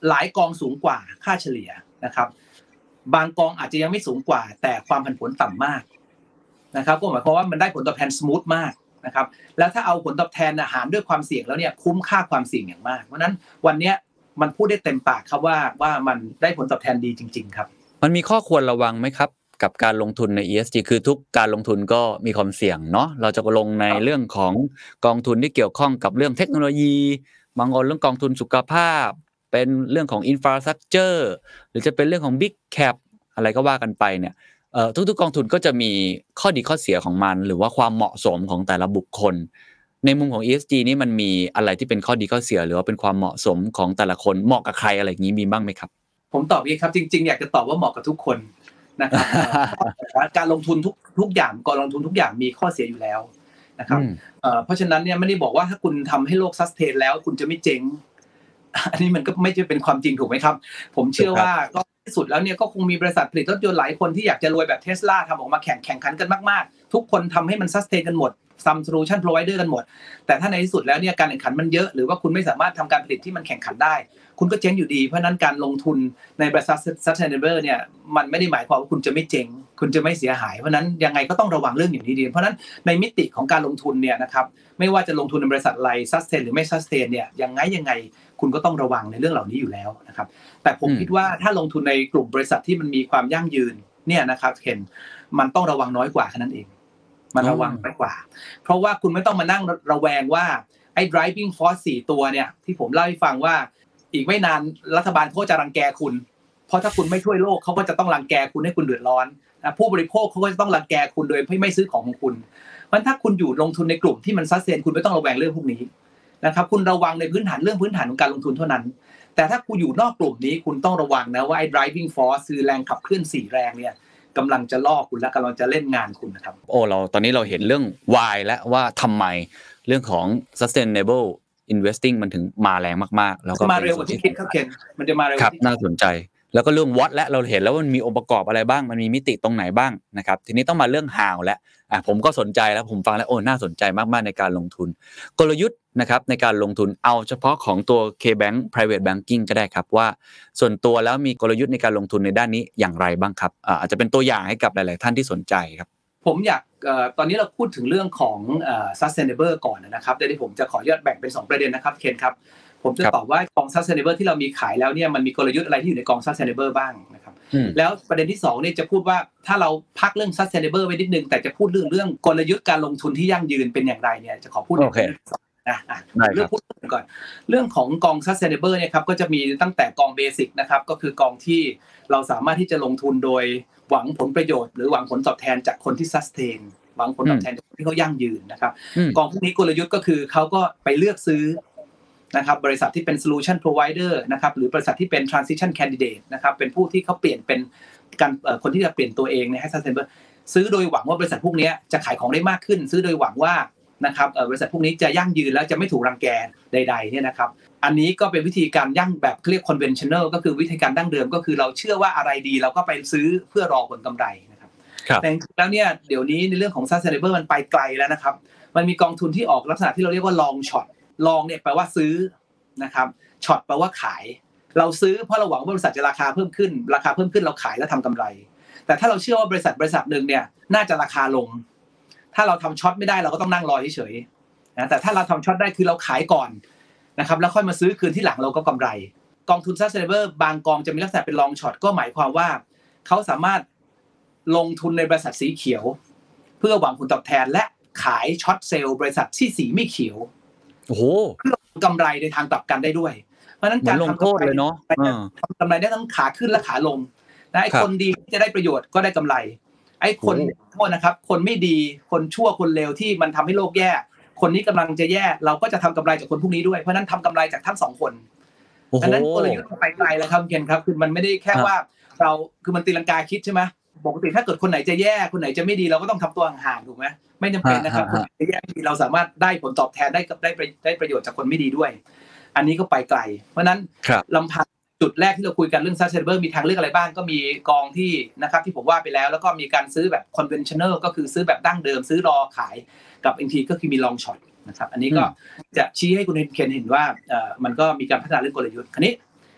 หลายกองสูงกว่าค่าเฉลี่ยนะครับบางกองอาจจะยังไม่สูงกว่าแต่ความผันผวนต่ำมากนะครับก็หมายความว่ามันได้ผลตอบแทนสมูทมากนะครับแล้วถ้าเอาผลตอบแทนหารด้วยความเสี่ยงแล้วเนี่ยคุ้มค่าความเสี่ยงอย่างมากเพราะนั้นวันนี้มันพูดได้เต็มปากครับว่าว่ามันได้ผลตอบแทนดีจริงๆครับมันมีข้อควรระวังไหมครับกับการลงทุนใน อี เอส จี คือทุกการลงทุนก็มีความเสี่ยงเนาะเราจะลงในเรื่องของกองทุนที่เกี่ยวข้องกับเรื่องเทคโนโลยีบางคนเรื่องกองทุนสุขภาพเป็นเรื่องของ infrastructure หรือจะเป็นเรื่องของ big cap อะไรก็ว่ากันไปเนี่ยเอ่อทุกๆกองทุนก็จะมีข้อดีข้อเสียของมันหรือว่าความเหมาะสมของแต่ละบุคคลในมุมของ อี เอส จี นี่มันมีอะไรที่เป็นข้อดีข้อเสียหรือว่าเป็นความเหมาะสมของแต่ละคนเหมาะกับใครอะไรอย่างนี้มีบ้างไหมครับผมตอบอย่างนี้ครับจริงๆอยากจะตอบว่าเหมาะกับทุกคนนะครับการลงทุนทุกทุกอย่างการลงทุนทุกอย่างมีข้อเสียอยู่แล้วนะครับเพราะฉะนั้นเนี่ยไม่ได้บอกว่าถ้าคุณทำให้โลกซัสเทนแล้วคุณจะไม่เจ๊งอันนี้มันก็ไม่ใช่เป็นความจริงถูกไหมครับผมเชื่อว่าก็ที่สุดแล้วเนี่ยก็คงมีบริษัทผลิตรถยนต์หลายคนที่อยากจะรวยแบบ Tesla ทำออกมาแข่งแข่งขันกันมากๆทุกคนทำให้มันซัสเทนกันหมดซัม solution provider กันหมดแต่ถ้าในที่สุดแล้วเนี่ยการแข่งขันมันเยอะหรือว่าคุณไม่สามารถทำการผลิตที่มันแข่งขันได้คุณก็เจ๊งอยู่ดีเพราะนั้นการลงทุนในบริษัท sustainable เนี่ยมันไม่ได้หมายความว่าคุณจะไม่เจ๊งคุณจะไม่เสียหายเพราะนั้นยังไงก็ต้องระวังเรื่องอย่างนี้ดีเพราะนั้นในมิติของการลงทุนเนี่ยนะครับไม่ว่าจะลงทุนในบริษัทอะไร sustain หรือไม่ sustain เนี่ยยังไงยังไงคุณก็ต้องระวังในเรื่องเหล่านี้อยู่แล้วนะครับแต่ผมคิดว่าถ้าลงทุนในกลุ่มบริษัทที่มันมีความยั่งยืนเนี่ยนะครับเห็นมันต้องระวังน้อยกว่าแค่นั้นเองมันระวังน้อยกว่าเพราะว่าคุณไม่ต้องมานั่งระแวงว่าไอ้ driving force สี่ตัวเนี่ยที่ผมเล่าให้ฟังว่าอีกไม่นานรัฐบาลเขาจะรังแกคุณเพราะถ้าคุณไม่ช่วยโลกเขาก็จะต้องรังแกคุณให้คุณเดือดร้อนนะผู้บริโภคเขาก็จะต้องรังแกคุณโดยไม่ซื้อของของคุณเพราะถ้าคุณอยู่ลงทุนในกลุ่มที่มันซัสเทนคุณไม่ต้องระแวงเรื่องพวกนี้นะครับคุณระวังในพื้นฐานเรื่องพื้นฐานของการลงทุนเท่านั้นแต่ถ้าคุณอยู่นอกกลุ่มนี้คุณต้องระวังนะว่าไอ้ driving force คือแรงขับเคลื่อนสี่แรงเนี่ยกำลังจะล่อคุณและกำลังจะเล่นงานคุณนะครับโอ้เราตอนนี้เราเห็นเรื่อง why และว่าทำไมเรื่องของ sustainable investing มันถึงมาแรงมากๆแล้วก็มาเร็วกว่าที่คิดครับเคนมันจะมาเร็วครับน่าสนใจแล้วก็เรื่อง what และเราเห็นแล้วมันมีองค์ประกอบอะไรบ้างมันมีมิติตรงไหนบ้างนะครับทีนี้ต้องมาเรื่อง how และอ่ะผมก็สนใจแล้วผมฟังแล้วโอ้น่าสนใจมากๆในการลงทุนกลยุทธ์นะครับในการลงทุนเอาเฉพาะของตัว K-Bank Private Banking ก็ได้ครับว่าส่วนตัวแล้วมีกลยุทธ์ในการลงทุนในด้านนี้อย่างไรบ้างครับอ่าอาจจะเป็นตัวอย่างให้กับหลายๆท่านที่สนใจครับผมอยากเอ่อตอนนี้เราพูดถึงเรื่องของเอ่อ sustainable ก่อนนะครับแต่ที่ผมจะขออนุญาตแบ่งเป็นสองประเด็นนะครับเคนครับผมจะตอบว่ากอง sustainable ที่เรามีขายแล้วเนี่ยมันมีกลยุทธ์อะไรที่อยู่ในกอง sustainable บ้างนะครับแล้วประเด็นที่สองเนี่ยจะพูดว่าถ้าเราพักเรื่อง sustainable ไว้นิดนึงแต่จะพูดเรื่องเรื่องกลยุทธ์การลงทุนที่ยั่งยืนเป็นอย่างไรเนี่ยจะขอพูดในเรื่องที่สองนะอ่ะเรื่องพูดก่อนเรื่องของกอง sustainable เนี่ยครับก็จะมีตั้งแต่กอง basic นะครับก็คือกองที่เราสามารถที่จะลงทุนโดยหวังผลประโยชน์หรือหวังผลตอบแทนจากคนที่ sustain หวังผลตอบแทนจากคนที่เขายั่งยืนนะครับกองพวกนี้กลยุทธ์ก็คือเขาก็ไปเลือกซื้อนะครับบริษัทที่เป็น solution provider นะครับหรือบริษัทที่เป็น transition candidate นะครับเป็นผู้ที่เขาเปลี่ยนเป็นการคนที่จะเปลี่ยนตัวเองให้ sustainable ซื้อโดยหวังว่าบริษัทพวกนี้จะขายของได้มากขึ้นซื้อโดยหวังว่านะครับบริษัทพวกนี้จะยั่งยืนแล้วจะไม่ถูกรังแกใดๆเนี่ยนะครับอันนี้ก็เป็นวิธีการยั่งแบบเรียก conventional ก็คือวิธีการดั้งเดิมก็คือเราเชื่อว่าอะไรดีเราก็ไปซื้อเพื่อรอผลกำไรนะครับแต่แล้วเนี่ยเดี๋ยวนี้ในเรื่องของ sustainable มันไปไกลแล้วนะครับมันมีกองทุนที่ออกลักษณะที่เราเรียกว่า long short long เนี่ยแปลว่าซื้อนะครับ short แปลว่าขายเราซื้อเพราะเราหวังว่าบริษัทจะราคาเพิ่มขึ้นราคาเพิ่มขึ้นเราขายแล้วทำกำไรแต่ถ้าเราเชื่อว่าบริษัทบริษัทนึงเนี่ยน่าจะราคาลงถ้าเราทำช็อตไม่ได้เราก็ต้องนั่งรอเฉยๆนะแต่ถ้าเราทำช็อตได้คือเราขายก่อนนะครับแล้วค่อยมาซื้อคืนที่หลังเราก็กำไรกองทุน sustainable บางกองจะมีลักษณะเป็น long short ก็หมายความว่าเขาสามารถลงทุนในบริษัทสีเขียวเพื่อหวังผลตอบแทนและขายช็อตเซลล์บริษัทที่สีไม่เขียวโอ้โหเพื่อกำไรในทางกลับกันได้ด้วยเพราะฉะนั้นการทำกำไรเลยเนาะทำกำไรได้ทั้งขาขึ้นและขาลงนะไอ้คนดีจะได้ประโยชน์ก็ได้กำไรไอ้คนโทษนะครับคนไม่ดีคนชั่วคนเลวที่มันทำให้โลกแย่คนนี้กำลังจะแย่เราก็จะทำกำไรจากคนพวกนี้ด้วยเพราะนั้นทำกำไรจากทั้งสองคนดังนั้นกลยุทธ์ไปไกลแล้วครับเคนครับคือมันไม่ได้แค่ว่าเราคือมันตีลังกาคิดใช่ไหมปกติถ้าเกิดคนไหนจะแย่คนไหนจะไม่ดีเราก็ต้องทำตัวห่างๆถูกไหมไม่จำเป็นนะครับคนจะแย่เราสามารถได้ผลตอบแทนได้ได้ได้ประโยชน์จากคนไม่ดีด้วยอันนี้ก็ไปไกลเพราะนั้นลำพังจุดแรกที่เราคุยกันเรื่อง sustainable มีทางเลือกอะไรบ้างก็มีกองที่นะครับที่ผมว่าไปแล้วแล้วก็มีการซื้อแบบ conventional ก็คือซื้อแบบดั้งเดิมซื้อรอขายกับบางทีก็คือมี long short นะครับอันนี้ก็จะชี้ให้คุณเคนเห็นว่าเอ่อมันก็มีการพัฒนาเรื่องกลยุทธ์คราวนี้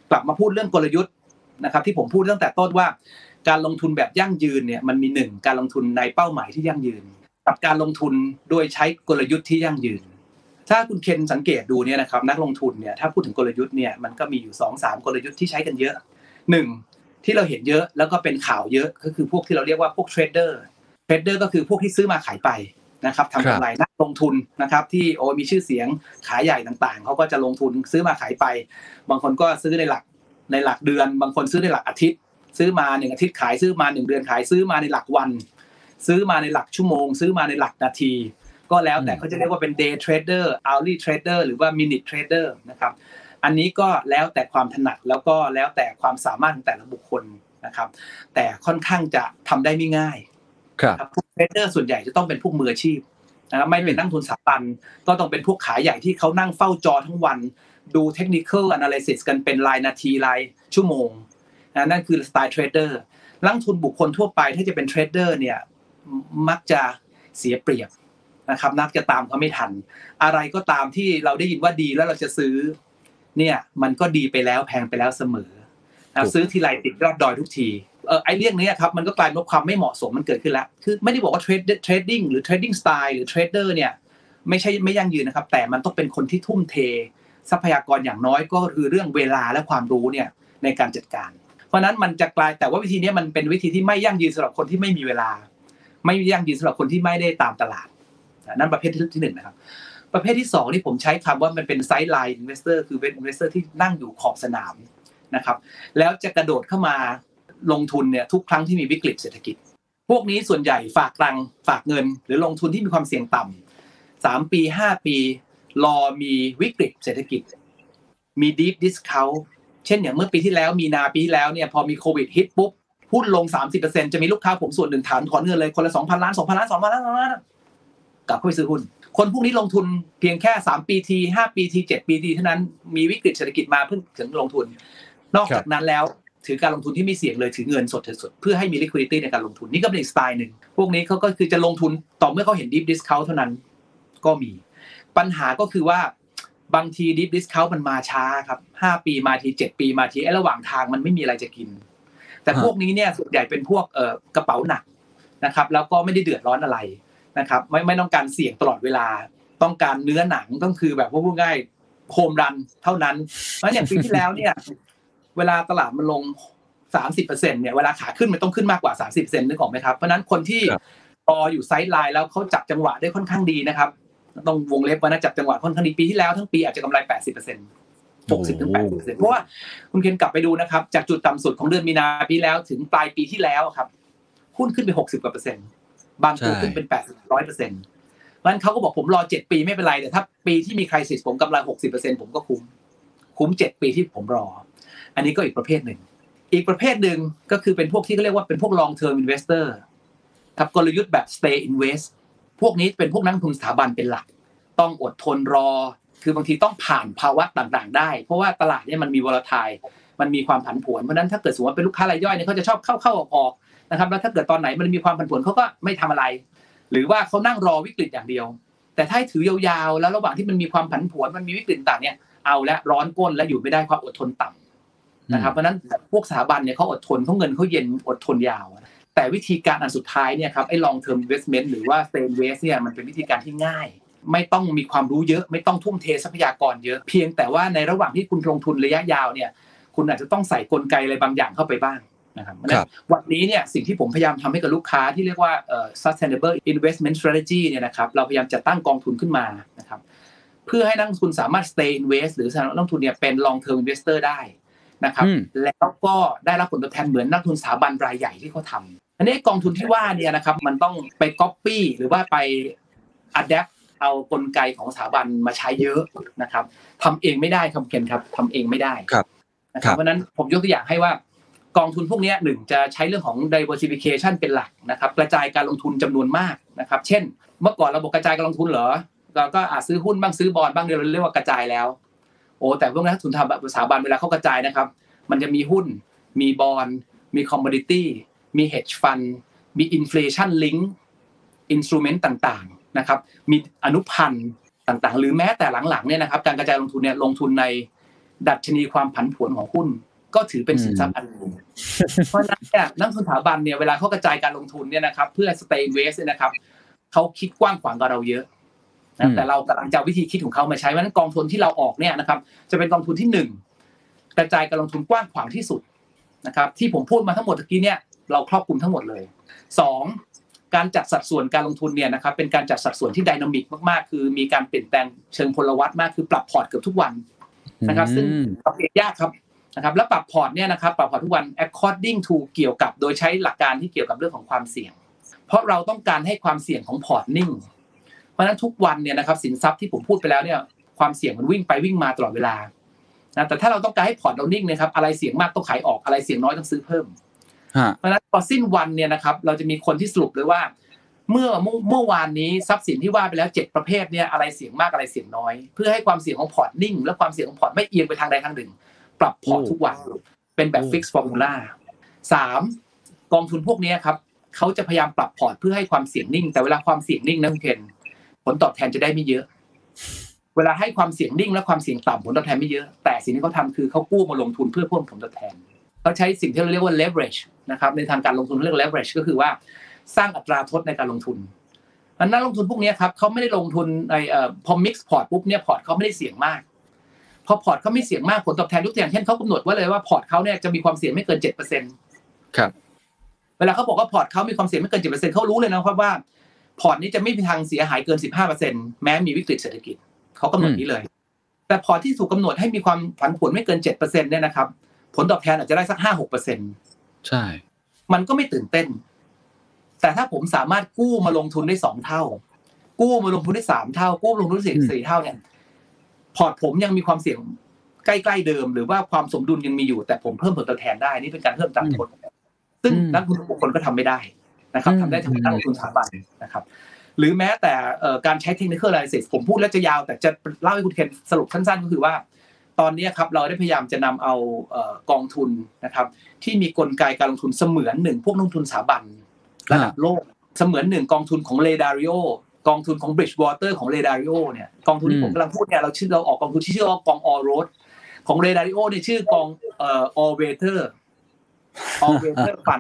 กลับมาพูดเรื่องกลยุทธ์นะครับที่ผมพูดตั้งแต่ต้นว่าการลงทุนแบบยั่งยืนเนี่ยมันมีหนึ่งการลงทุนในเป้าหมายที่ยั่งยืนกับการลงทุนโดยใช้กลยุทธ์ที่ยั่งยืนถ้าคุณเคนสังเกตดูเนี่ยนะครับนักลงทุนเนี่ยถ้าพูดถึงกลยุทธ์เนี่ยมันก็มีอยู่ สองถึงสาม กลยุทธ์ที่ใช้กันเยอะหนึ่งที่เราเห็นเยอะแล้วก็เป็นข่าวเยอะก็คือพวกที่เราเรียกว่าพวกเทรดเดอร์เทรดเดอร์ก็คือพวกที่ซื้อมาขายไปนะครับทำกำไรนักลงทุนนะครับที่โอ้มีชื่อเสียงขายใหญ่ต่างๆเขาก็จะลงทุนซื้อมาขายไปบางคนก็ซื้อในหลักในหลักเดือนบางคนซื้อในหลักอาทิตย์ซื้อมาหนึ่งอาทิตย์ขายซื้อมาหนึ่งเดือนขายซื้อมาในหลักวันซื้อมาในหลักชั่วโมงซื้อมาในหลักนาทีก็แล้วแต่เขาจะเรียกว่าเป็น day trader hourly trader หรือว่า minute trader นะครับอันนี้ก็แล้วแต่ความถนัดแล้วก็แล้วแต่ความสามารถของแต่ละบุคคลนะครับแต่ค่อนข้างจะทำได้ไม่ง่ายครับพวกเทรดเดอร์ส่วนใหญ่จะต้องเป็นพวกมืออาชีพนะครับไม่เป็นนักลงทุนสถาบันก็ต้องเป็นพวกขายใหญ่ที่เขานั่งเฝ้าจอทั้งวันดู technical analysis กันเป็นรายนาทีรายชั่วโมงนะนั่นคือสไตล์เทรดเดอร์นักลงทุนบุคคลทั่วไปถ้าจะเป็นเทรดเดอร์เนี่ยมักจะเสียเปรียบนะครับนักจะตามเขาไม่ทันอะไรก็ตามที่เราได้ยินว่าดีแล้วเราจะซื้อเนี่ยมันก็ดีไปแล้วแพงไปแล้วเสมอนะซื้อทีไรติดยอดดอยทุกทีเออไอ้เรื่องนี้ครับมันก็กลายเป็นความไม่เหมาะสมมันเกิดขึ้นแล้วคือไม่ได้บอกว่าเทรดเทรดดิ้งหรือเทรดดิ้งสไตล์หรือเทรดเดอร์เนี่ยไม่ใช่ไม่ยั่งยืนนะครับแต่มันต้องเป็นคนที่ทุ่มเททรัพยากรอย่างน้อยก็คือเรื่องเวลาและความรู้เนี่ยในการจัดการเพราะนั้นมันจะกลายแต่ว่าวิธีนี้มันเป็นวิธีที่ไม่ยั่งยืนสำหรับคนที่ไม่มีเวลาไม่ยั่งยืนสำหรับคนที่ไม่ได้ตามตลาดนั่นประเภทที่หนึ่งนะครับประเภทที่สองที่ผมใช้คำว่ามันเป็นไซด์ไลน์อินเวสเตอร์คือเป็นอินเวสเตอร์ที่นั่งอยู่ขอบสนามนะครับแล้วจะกระโดดเข้ามาลงทุนเนี่ยทุกครั้งที่มีวิกฤตเศรษฐกิจพวกนี้ส่วนใหญ่ฝากตังค์ฝากเงินหรือลงทุนที่มีความเสี่ยงต่ำสามปีห้าปีรอมีวิกฤตเศรษฐกิจมี deep discount เช่นอย่างเมื่อปีที่แล้วมีนาปีที่แล้วเนี่ยพอมีโควิดฮิตปุ๊บหุ้นลง สามสิบเปอร์เซ็นต์ จะมีลูกค้าผมส่วนหนึ่งถอนถอนเงินเลยคนละ สองพัน ล้าน สองพัน ล้าน สองพัน ล้าน สองพัน ล้านกลับเข้าไปซื้อหุ้นคนพวกนี้ลงทุนเพียงแค่สามปีทีห้าปีทีเจ็ดปีทีเท่านั้นมีวิกฤตเศรษฐกิจมาเพิ่งถึงลงทุนนอกจากนั้นแล้วถือการลงทุนที่ไม่เสี่ยงเลยถือเงินสดสดเพื่อให้มี liquidity ในการลงทุนนี่ก็เป็นอีกสไตล์นึงพวกนี้เขาก็คือจะลงทุนต่อเมื่อเขาเห็น deep discount เท่านั้นก็มีปัญหาก็คือว่าบางที deep discount มันมาช้าครับห้าปีมาทีเจ็ดปีมาทีไอ้ระหว่างทางมันไม่มีอะไรจะกินแต่พวกนี้เนี่ยส่วนใหญ่เป็นพวกเอ่อกระเป๋าหนักนะครับแล้วก็ไม่ได้เดือดร้อนอะไรนะครับไม่ไม่ต้องการเสี่ยงตลอดเวลาต้องการเนื้อหนังต้องคือแบบพูดง่ายโฮมรันเท่านั้นเพราะอย่างปีที่แล้วเนี่ยเวลาตลาดมันลง สามสิบเปอร์เซ็นต์ เนี่ยเวลาขาขึ้นมันต้องขึ้นมากกว่า สามสิบเปอร์เซ็นต์ นึกออกมั้ยครับเพราะนั้นคนที่รออยู่ไซด์ไลน์แล้วเขาจับจังหวะได้ค่อนข้างดีนะครับต้องวงเล็บว่านะจับจังหวะค่อนข้างดีปีที่แล้วทั้งปีอาจจะกำไร แปดสิบเปอร์เซ็นต์ หกสิบถึงแปดสิบเปอร์เซ็นต์ เพราะว่าคุณเคนกลับไปดูนะครับจากจุดต่ำสุดของเดือนมีนาปีแล้วถึงปลายปีที่แล้วครับหุ้นขึ้นไปหกสิบกว่าเปอร์เซ็นต์บางตัวขึ้นเป็น แปดสิบถึงหนึ่งร้อยเปอร์เซ็นต์ งั้นเขาก็บอกผมรอเจ็ดปีไม่เป็นไรแต่ถ้าปีที่มีไครซิสผมกำไร หกสิบเปอร์เซ็นต์ ผมก็คุ้มคุ้มเจ็ดปีที่ผมรออันนี้ก็อีกประเภทนึงอีกประเภทนึงก็คือเป็นพวกที่เขาเรียกว่าเป็นพวก long term investor ครับกลยุทธ์แบบ stay invest พวกนี้เป็นพวกนักลงทุนสถาบันเป็นหลักต้องอดทนรอคือบางทีต้องผ่านภาวะต่างๆได้เพราะว่าตลาดเนี่ยมันมี volatile มันมีความผันผวนเพราะนั้นถ้าเกิดสมมติว่าเป็นลูกค้ารายย่อยเนี่ยเขาจะชอบเข้าๆออกๆนะครับแล้วถ้าเกิดตอนไหนมันมีความผันผวนเขาก็ไม่ทำอะไรหรือว่าเขานั่งรอวิกฤตอย่างเดียวแต่ถ้าถือยาวๆแล้วระหว่างที่มันมีความผันผวนมันมีวิกฤตต่างเนี่ยเอาละร้อนก้นและอยู่ไม่ได้ความอดทนต่ำนะครับเพราะนั้นพวกสถาบันเนี่ยเขาอดทนเขาเงินเขาเย็นอดทนยาวแต่วิธีการอันสุดท้ายเนี่ยครับไอ้ long term investment หรือว่า stay invest เนี่ยมันเป็นวิธีการที่ง่ายไม่ต้องมีความรู้เยอะไม่ต้องทุ่มเททรัพยากรเยอะเพียงแต่ว่าในระหว่างที่คุณลงทุนระยะยาวเนี่ยคุณอาจจะต้องใส่กลไกอะไรบางอย่างเข้าไปบ้างนะครับวันนี้เนี่ยสิ่งที่ผมพยายามทำให้กับลูกค้าที่เรียกว่าเอ่อ sustainable investment strategy เนี่ยนะครับเราพยายามจะตั้งกองทุนขึ้นมานะครับเพื่อให้นักลงทุนสามารถ stay invest หรือนักลงทุนเนี่ยเป็น long term investor ได้นะครับแล้วก็ได้รับผลตอบแทนเหมือนนักลงทุนสถาบันรายใหญ่ที่เขาทำอันนี้กองทุนที่ว่าเนี่ยนะครับมันต้องไป copy หรือว่าไป adapt เอากลไกของสถาบันมาใช้เยอะนะครับทำเองไม่ได้ครับเคนครับทำเองไม่ได้นะครับเพราะนั้นผมยกตัวอย่างให้ว่ากองทุนพวกนี้หนึ่งจะใช้เรื่องของ diversification เป็นหลักนะครับกระจายการลงทุนจำนวนมากนะครับเช่นเมื่อก่อนเราบอกกระจายการลงทุนเหรอเราก็อาจซื้อหุ้นบ้างซื้อบอนด์บ้างเรียกว่ากระจายแล้วโอ้แต่พวกนักลงทุนทำสถาบันเวลาเขากระจายนะครับมันจะมีหุ้นมีบอนด์มี commodity มี hedge fund มี inflation link instrument ต่างๆนะครับมีอนุพันธ์ต่างๆหรือแม้แต่หลังๆเนี่ยนะครับการกระจายลงทุนเนี่ยลงทุนในดัชนีความผันผวนของหุ้นก็ถือเป็นสินทรัพย์อันหนึ่งเพราะฉะนั้นเนี่ยนักลงทุนสถาบันเนี่ยเวลาเขากระจายการลงทุนเนี่ยนะครับเพื่อ stay invest เนี่ยนะครับเขาคิดกว้างขวางกว่าเราเยอะนะแต่เรากำลังจะวิธีคิดของเขามาใช้เพราะฉะนั้นกองทุนที่เราออกเนี่ยนะครับจะเป็นกองทุนที่หนึ่งกระจายการลงทุนกว้างขวางที่สุดนะครับที่ผมพูดมาทั้งหมดเมื่อกี้เนี่ยเราครอบคลุมทั้งหมดเลยสองการจัดสัดส่วนการลงทุนเนี่ยนะครับเป็นการจัดสัดส่วนที่ไดนามิกมากๆคือมีการเปลี่ยนแปลงเชิงพลวัตมากคือปรับพอร์ตเกือบทุกวันนะครับซึ่งปรับเปลี่ยนยากครับนะครับแล้วปรับพอร์ตเนี่ยนะครับปรับพอร์ตทุกวัน according to เกี่ยวกับโดยใช้หลักการที่เกี่ยวกับเรื่องของความเสี่ยงเพราะเราต้องการให้ความเสี่ยงของพอร์ตนิ่งเพราะฉะนั้นทุกวันเนี่ยนะครับสินทรัพย์ที่ผมพูดไปแล้วเนี่ยความเสี่ยงมันวิ่งไปวิ่งมาตลอดเวลานะแต่ถ้าเราต้องการให้พอร์ตเรานิ่งนะครับอะไรเสี่ยงมากต้องขายออกอะไรเสี่ยงน้อยต้องซื้อเพิ่มเพราะฉะนั้นพอสิ้นวันเนี่ยนะครับเราจะมีคนที่สรุปเลยว่าเมื่อเมื่อวานนี้ทรัพย์สินที่ว่าไปแล้วเจ็ดประเภทเนี่ยอะไรเสี่ยงมากอะไรเสี่ยงน้อยเพื่อให้ความเสี่ยงของพอร์ตนิ่งและความเสี่ยงของพอร์ตไม่เอียงไปทางใดทางหนึ่งปรับพอร์ตทุกวันเป็นแบบ fixed formula สามกองทุนพวกนี้ครับเขาจะพยายามปรับพอร์ตเพื่อให้ความเสี่ยงนิ่งแต่เวลาความเสี่ยงนิ่งนะคุณเคนผลตอบแทนจะได้ไม่เยอะเวลาให้ความเสี่ยงนิ่งและความเสี่ยงต่ำผลตอบแทนไม่เยอะแต่สิ่งที่เขาทำคือเขากู้มาลงทุนเพื่อเพิ่มผลตอบแทนเขาใช้สิ่งที่เราเรียกว่า leverage นะครับในทางการลงทุนเรียก leverage ก็คือว่าสร้างอัตราทดในการลงทุนนักลงทุนพวกนี้ครับเขาไม่ได้ลงทุนไอ้เอ่อพอ mix พอร์ตปุ๊บเนี่ยพอร์ตเขาไม่ได้เสี่ยงมากพอพอร์ตเขาไม่เสี่ยงมากผลตอบแทนยกตัวอย่างเช่นเขากำหนดไว้เลยว่าพอร์ตเขาเนี่ยจะมีความเสี่ยงไม่เกิน เจ็ดเปอร์เซ็นต์ครับเวลาเขาบอกว่าพอร์ตเขามีความเสี่ยงไม่เกิน เจ็ดเปอร์เซ็นต์ เขารู้เลยนะครับว่าพอร์ตนี้จะไม่มีทางเสียหายเกิน สิบห้าเปอร์เซ็นต์ แม้มีวิกฤตเศรษฐกิจเขากำหนดนี้เลยแต่พอร์ตที่ถูกกำหนดให้มีความผันผวนไม่เกิน เจ็ดเปอร์เซ็นต์ เนี่ยนะครับผลตอบแทนอาจจะได้สัก ห้าหกเปอร์เซ็นต์ใช่มันก็ไม่ตื่นเต้นแต่ถ้าผมสามารถกู้มาลงทุนได้สองเท่ากู้มาลงทุนได้สามเท่ากู้ลงทุนได้สี่เท่าเนี่ยพอร์ตผมยังมีความเสี่ยงใกล้ๆเดิมหรือว่าความสมดุลยังมีอยู่แต่ผมเพิ่มผลตอบแทนได้นี่เป็นการเพิ่มตามผลซึ่งนักลงทุนบุคคลก็ทำไม่ได้นะครับทำได้เฉพาะนักลงทุนสถาบันนะครับหรือแม้แต่การใช้ technical analysis ผมพูดแล้วจะยาวแต่จะเล่าให้คุณเคนสรุปสั้นๆก็คือว่าตอนนี้ครับเราได้พยายามจะนำเอากองทุนนะครับที่มีกลไกการลงทุนเสมือนหนึ่งพวกนักลงทุนสถาบันระดับโลกเสมือนหนึ่งกองทุนของเลดาริโอกองทุนของ Bridgewater ของเลดาริโอเนี่ยกองทุนที่ผมกำลังพูดเนี่ยเราชื่อเราออกกองทุนที่ชื่อว่ากอง All Road ของเลดาริโอเนี่ยชื่อกองเอ่อ All Weather All Weather Fund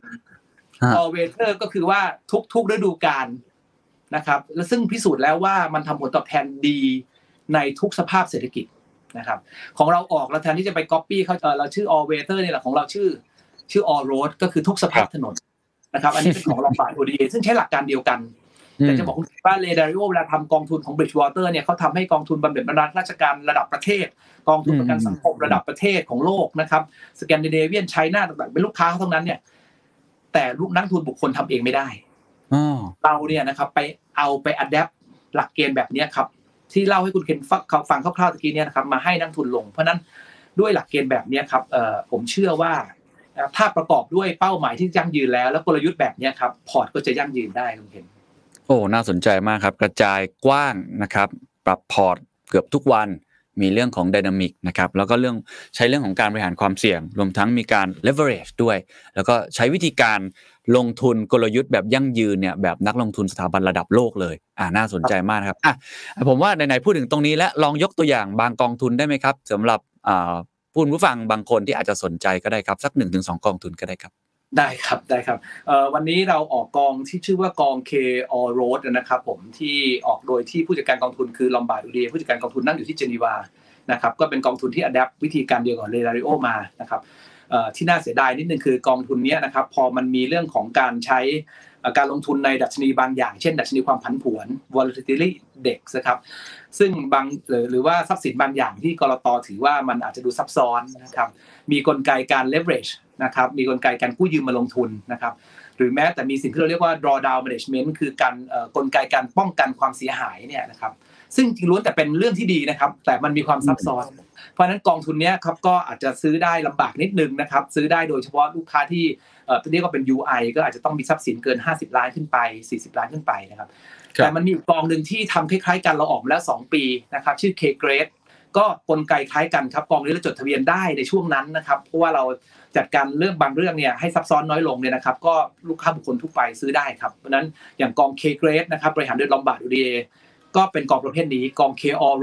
All Weather ก็คือว่าทุกๆฤดูกาลนะครับและซึ่งพิสูจน์แล้วว่ามันทำผลตอบแทนดีในทุกสภาพเศรษฐกิจนะครับของเราออกเราแทนที่จะไป copy เขาเราชื่อ All Weather นี่แหละของเราชื่อชื่อ All Road ก็คือทุกสภาพถนนนะครับอันนี้เป็นของ Lombard โอ ดี เอ ซึ่งใช้หลักการเดียวกันแต่จะบอกว่าเลดาริโอเวลาทำกองทุนของ Bridgewater เนี่ยเขาทำให้กองทุนบำเหน็จบำนาญราชการระดับประเทศกองทุนประกันสังคมระดับประเทศของโลกนะครับสแกนดิเนเวียนไชน่าต่างๆเป็นลูกค้าเขาทั้งนั้นเนี่ยแต่ลูกนักทุนบุคคลทำเองไม่ได้เราเนี่ยนะครับไปเอาไปอัดแอปหลักเกณฑ์แบบนี้ครับที่เล่าให้คุณเคนฟังคร่าวๆตะกี้เนี่ยนะครับมาให้นักทุนลงเพราะนั้นด้วยหลักเกณฑ์แบบนี้ครับผมเชื่อว่าถ้าประกอบด้วยเป้าหมายที่ยั่งยืนแล้วแล้วกลยุทธ์แบบนี้ครับพอร์ตก็จะยั่งยืนได้คุณเคนโอ้น่าสนใจมากครับกระจายกว้างนะครับปรับพอร์ตเกือบทุกวันมีเรื่องของไดนามิกนะครับแล้วก็เรื่องใช้เรื่องของการบริหารความเสี่ยงรวมทั้งมีการ leverage ด้วยแล้วก็ใช้วิธีการลงทุนกลยุทธ์แบบยั่งยืนเนี่ยแบบนักลงทุนสถาบันระดับโลกเลยอ่าน่าสนใจมากครับอ่ะผมว่าไหนๆพูดถึงตรงนี้แล้วลองยกตัวอย่างบางกองทุนได้ไหมครับสำหรับอ่าผู้ฟังบางคนที่อาจจะสนใจก็ได้ครับสัก หนึ่งถึงสอง กองทุนก็ได้ครับได้ครับได้ครับเอ่อวันนี้เราออกกองที่ชื่อว่ากอง K All Road นะครับผมที่ออกโดยที่ผู้จัดการกองทุนคือ Lombard โอ ดี เอ ผู้จัดการกองทุนนั่งอยู่ที่เจนีวานะครับก็เป็นกองทุนที่ adapt วิธีการเดียวกับ Ledario มานะครับเอ่อที่น่าเสียดายนิดนึงคือกองทุนนี้นะครับพอมันมีเรื่องของการใช้การลงทุนในดัชนีบางอย่างเช่นดัชนีความผันผวน volatility index นะครับซึ่งบางหรือว่าทรัพย์สินบางอย่างที่กลต.ถือว่ามันอาจจะดูซับซ้อนนะครับมีกลไกการ leverage นะครับมีกลไกการกู้ยืมมาลงทุนนะครับหรือแม้แต่มีสิ่งที่เราเรียกว่า drawdown management คือการเอ่อกลไกการป้องกันความเสียหายเนี่ยนะครับซึ่งจริงล้วนแต่เป็นเรื่องที่ดีนะครับแต่มันมีความซับซ้อนเพราะฉะนั้นกองทุนนี้ครับก็อาจจะซื้อได้ลำบากนิดนึงนะครับซื้อได้โดยเฉพาะลูกค้าที่เอ่อเรียกว่าเป็น ยู ไอ ก็อาจจะต้องมีทรัพย์สินเกินห้าสิบล้านขึ้นไปสี่สิบล้านขึ้นไปนะครับแต่มันมีอีกกองนึงที่ทำคล้ายๆกันเราออกมาแล้วสองปีนะครับชื่อ K Grade ก็กลไกคล้ายกันครับกองนี้เราจดทะเบียนได้ในช่วงนั้นนะครับเพราะว่าเราจัดการเรื่องบางเรื่องเนี่ยให้ซับซ้อนน้อยลงเนี่ยนะครับก็ลูกค้าบุคคลทั่วไปซื้อได้ครับเพราะนั้นอย่างกอง K Grade นะครับบริหารโดย Lombard โอ ดี เอ ก็เป็นกองประเภทนี้กอง K All Road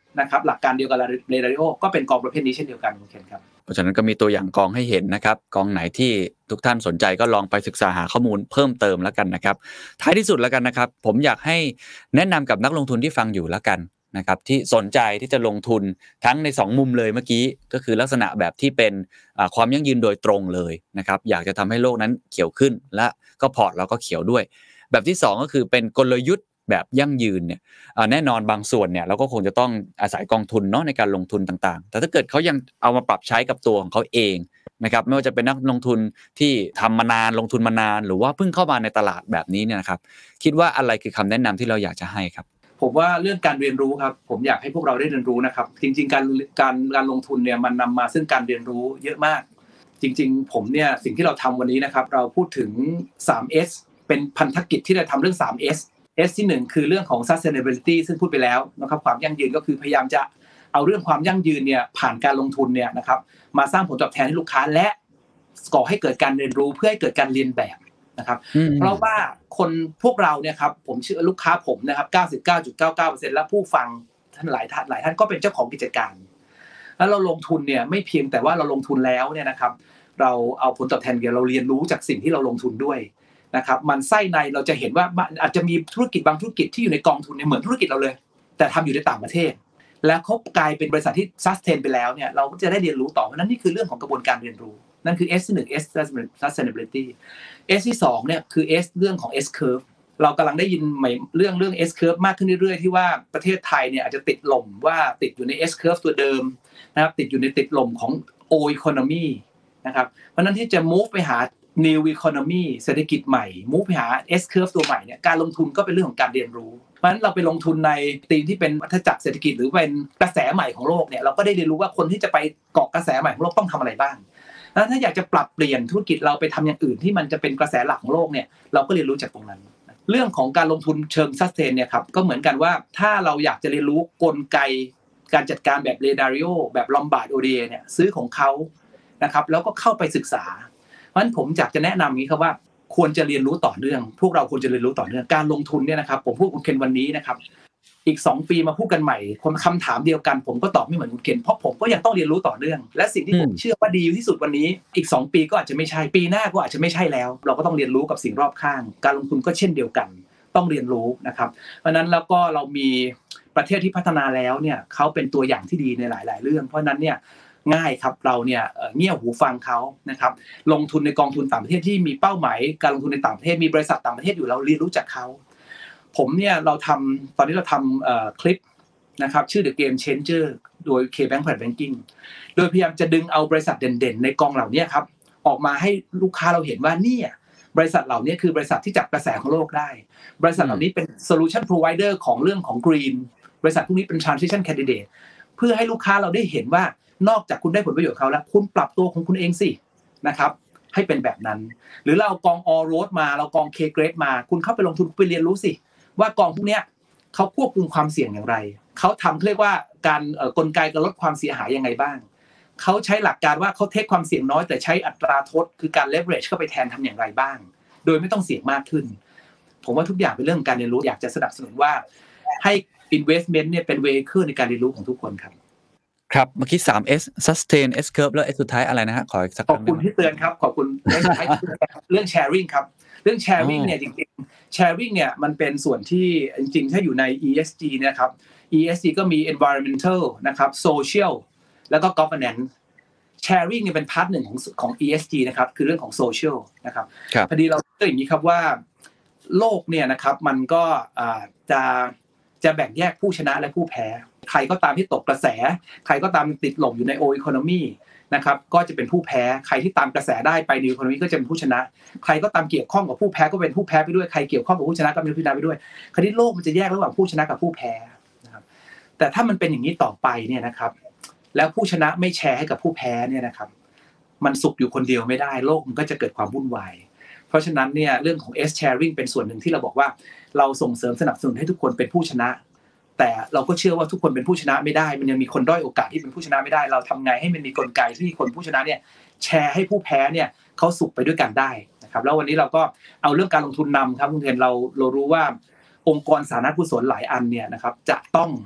นะครับหลักการเดียวกับเรดาริโอก็เป็นกองประเภทนี้เช่นเดียวกันคุณเคนครับเพราะฉะนั้นก็มีตัวอย่างกองให้เห็นนะครับกองไหนที่ทุกท่านสนใจก็ลองไปศึกษาหาข้อมูลเพิ่มเติมแล้วกันนะครับท้ายที่สุดแล้วกันนะครับผมอยากให้แนะนำกับนักลงทุนที่ฟังอยู่แล้วกันนะครับที่สนใจที่จะลงทุนทั้งในสองมุมเลยเมื่อกี้ก็คือลักษณะแบบที่เป็นความยั่งยืนโดยตรงเลยนะครับอยากจะทำให้โลกนั้นเขียวขึ้นและก็พอร์ตเราก็เขียวด้วยแบบที่สองก็คือเป็นกลยุทธ์แบบยั่งยืนเนี่ยแน่นอนบางส่วนเนี่ยเราก็คงจะต้องอาศัยกองทุนเนาะในการลงทุนต่างๆแต่ถ้าเกิดเขายังเอามาปรับใช้กับตัวของเขาเองนะครับไม่ว่าจะเป็นนักลงทุนที่ทำมานานลงทุนมานานหรือว่าเพิ่งเข้ามาในตลาดแบบนี้เนี่ยนะครับคิดว่าอะไรคือคำแนะนำที่เราอยากจะให้ครับผมว่าเรื่องการเรียนรู้ครับผมอยากให้พวกเราได้เรียนรู้นะครับจริงๆการการการลงทุนเนี่ยมันนำมาซึ่งการเรียนรู้เยอะมากจริงๆผมเนี่ยสิ่งที่เราทำวันนี้นะครับเราพูดถึง ทรี เอส เป็นพันธกิจที่เราทำเรื่อง ทรี เอส S ที่หนึ่งคือเรื่องของ sustainability ซึ่งพูดไปแล้วนะครับความยั่งยืนก็คือพยายามจะเอาเรื่องความยั่งยืนเนี่ยผ่านการลงทุนเนี่ยนะครับมาสร้างผลตอบแทนให้ลูกค้าและก่อให้เกิดการเรียนรู้เพื่อให้เกิดการเรียนแบบนะครับเพราะว่าคนพวกเราเนี่ยครับผมเชื่อลูกค้าผมนะครับ เก้าสิบเก้าจุดเก้าเก้าเปอร์เซ็นต์ และผู้ฟังท่านหลายท่านหลายท่านก็เป็นเจ้าของกิจการแล้วเราลงทุนเนี่ยไม่เพียงแต่ว่าเราลงทุนแล้วเนี่ยนะครับเราเอาผลตอบแทนเกี่ยวเราเรียนรู้จากสิ่งที่เราลงทุนด้วยนะครับมันไส้ในเราจะเห็นว่าอาจจะมีธุรกิจบางธุรกิจที่อยู่ในกองทุนเนี่ยเหมือนธุรกิจเราเลยแต่ทำอยู่ในต่างประเทศแล้วเขากลายเป็นบริษัทที่ sustain ไปแล้วเนี่ยเราก็จะได้เรียนรู้ต่อเพราะนั้นนี่คือเรื่องของกระบวนการเรียนรู้นั่นคือ S ที่หนึ่ง S sustainability S ที่สองเนี่ยคือ S เรื่องของ S curve เรากำลังได้ยินใหม่เรื่องเรื่อง S curve มากขึ้นเรื่อยๆที่ว่าประเทศไทยเนี่ยอาจจะติดหล่มว่าติดอยู่ใน S curve ตัวเดิมนะครับติดอยู่ในติดหล่มของ O economy นะครับเพราะนั้นที่จะ move ไปหาnew economy เศรษฐกิจใหม่ move ไปหา S curve ตัวใหม่เนี่ยการลงทุนก็เป็นเรื่องของการเรียนรู้เพราะฉะนั้นเราไปลงทุนในธีมที่เป็นวัฏจักรเศรษฐกิจหรือเป็นกระแสใหม่ของโลกเนี่ยเราก็ได้เรียนรู้ว่าคนที่จะไปเกาะกระแสใหม่ของโลกต้องทำอะไรบ้างแล้วถ้าอยากจะปรับเปลี่ยนธุรกิจเราไปทำอย่างอื่นที่มันจะเป็นกระแสหลักของโลกเนี่ยเราก็เรียนรู้จากตรงนั้นเรื่องของการลงทุนเชิง sustain เนี่ยครับก็เหมือนกันว่าถ้าเราอยากจะเรียนรู้กลไกการจัดการแบบ Redario แบบ Lombard โอ ดี เอ เนี่ยซื้อของเขานะครับแล้วก็เข้าไปศึกษาเพราะฉะนั้นผมอยากจะแนะนำอย่างนี้ครับว่าควรจะเรียนรู้ต่อเนื่องพวกเราควรจะเรียนรู้ต่อเนื่องการลงทุนเนี่ยนะครับผมพูดคุณเคนวันนี้นะครับอีกสองปีมาพูดกันใหม่คนคำถามเดียวกันผมก็ตอบไม่เหมือนคุณเคนเพราะผมก็ยังต้องเรียนรู้ต่อเนื่องและสิ่งที่ผมเชื่อว่าดีที่สุดวันนี้อีกสองปีก็อาจจะไม่ใช่ปีหน้าก็อาจจะไม่ใช่แล้วเราก็ต้องเรียนรู้กับสิ่งรอบข้างการลงทุนก็เช่นเดียวกันต้องเรียนรู้นะครับเพราะนั้นแล้วก็เรามีประเทศที่พัฒนาแล้วเนี่ยเขาเป็นตัวอย่างที่ดีในหลายๆเรื่องเพราะนั้นเนี่ยง่ายครับเราเนี่ยเงี่ยหูฟังเขานะครับลงทุนในกองทุนต่างประเทศที่มีเป้าหมายการลงทุนในต่างประเทศมีบริษัทต่างประเทศอยู่เราเรียนรู้จากเขาผมเนี่ยเราทำตอนนี้เราทำคลิปนะครับชื่อ The Game Changer โดย K-Bank Private Banking โดยพยายามจะดึงเอาบริษัทเด่นๆในกองเหล่านี้ครับออกมาให้ลูกค้าเราเห็นว่านี่บริษัทเหล่านี้คือบริษัทที่จับกระแสของโลกได้บริษัทเหล่านี้เป็น Solution Provider ของเรื่องของ Green บริษัทพวกนี้เป็น Transition Candidate เพื่อให้ลูกค้าเราได้เห็นว่านอกจากคุณได้ผลประโยชน์เขาแล้วคุณปรับตัวของคุณเองสินะครับให้เป็นแบบนั้นหรือเราเอากอง All Road มาเรากอง K Grade มาคุณเข้าไปลงทุนไปเรียนรู้สิว่ากองพวกเนี้ยเขาควบคุมความเสี่ยงอย่างไรเขาทำเรียกว่าการเอ่อกลไกการลดความเสียหายยังไงบ้างเขาใช้หลักการว่าเขาเทคความเสี่ยงน้อยแต่ใช้อัตราทดคือการ leverage เข้าไปแทนทำอย่างไรบ้างโดยไม่ต้องเสี่ยงมากขึ้นผมว่าทุกอย่างเป็นเรื่องการเรียนรู้อยากจะสนับสนุนว่าให้ investment เนี่ยเป็น vehicle ในการเรียนรู้ของทุกคนครับครับเมื่อกี้ ทรี เอส sustain S curve แล้ว S สุดท้ายอะไรนะฮะขออีกสักครั้งขอบคุณที่เตือนครับขอบคุณเรื่องท้ายเรื่อง sharing ครับเรื่อง sharing เนี่ยจริงๆ sharing เนี่ยมันเป็นส่วนที่จริงๆถ้าอยู่ใน อี เอส จี นะครับ อี เอส จี ก็มี environmental นะครับ social แล้วก็ governance sharing เนี่ยเป็นพาร์ทหนึ่งของของ อี เอส จี นะครับคือเรื่องของ social นะครับพอดีเราเจออย่างนี้ครับว่าโลกเนี่ยนะครับมันก็จะจะแบ่งแยกผู้ชนะและผู้แพ้ใครก็ตามที่ตกกระแสใครก็ตามติดหล่มอยู่ใน O economy นะครับก็จะเป็นผู้แพ้ใครที่ตามกระแสได้ไป New economy ก็จะเป็นผู้ชนะใครก็ตามเกี่ยวข้องกับผู้แพ้ก็เป็นผู้แพ้ไปด้วยใครเกี่ยวข้องกับผู้ชนะก็เป็นผู้ชนะไปด้วยคราวนี้โลกมันจะแยกระหว่างผู้ชนะกับผู้แพ้นะครับแต่ถ้ามันเป็นอย่างนี้ต่อไปเนี่ยนะครับแล้วผู้ชนะไม่แชร์ให้กับผู้แพ้เนี่ยนะครับมันสุขอยู่คนเดียวไม่ได้โลกมันก็จะเกิดความวุ่นวายเพราะฉะนั้นเนี่ยเรื่องของ S sharing เป็นส่วนหนึ่งที่เราบอกว่าเราส่งเสริมสนับสนุนให้ทุกคนเป็นผู้ชนะแต่เราก็เชื่อว่าทุกคนเป็นผู้ชนะไม่ได้มันยังมีคนด้อยโอกาสที่เป็นผู้ชนะไม่ได้เราทำไงให้มันมีกลไกที่คนผู้ชนะเนี่ยแชร์ให้ผู้แพ้เนี่ยเขาสุขไปด้วยกันได้นะครับแล้ววันนี้เราก็เอาเรื่องการลงทุนนำครับคุณเทนเราเรารู้ว่าองค์กรสาธารณกุศลหลายอันเนี่ยนะครับจะต้อง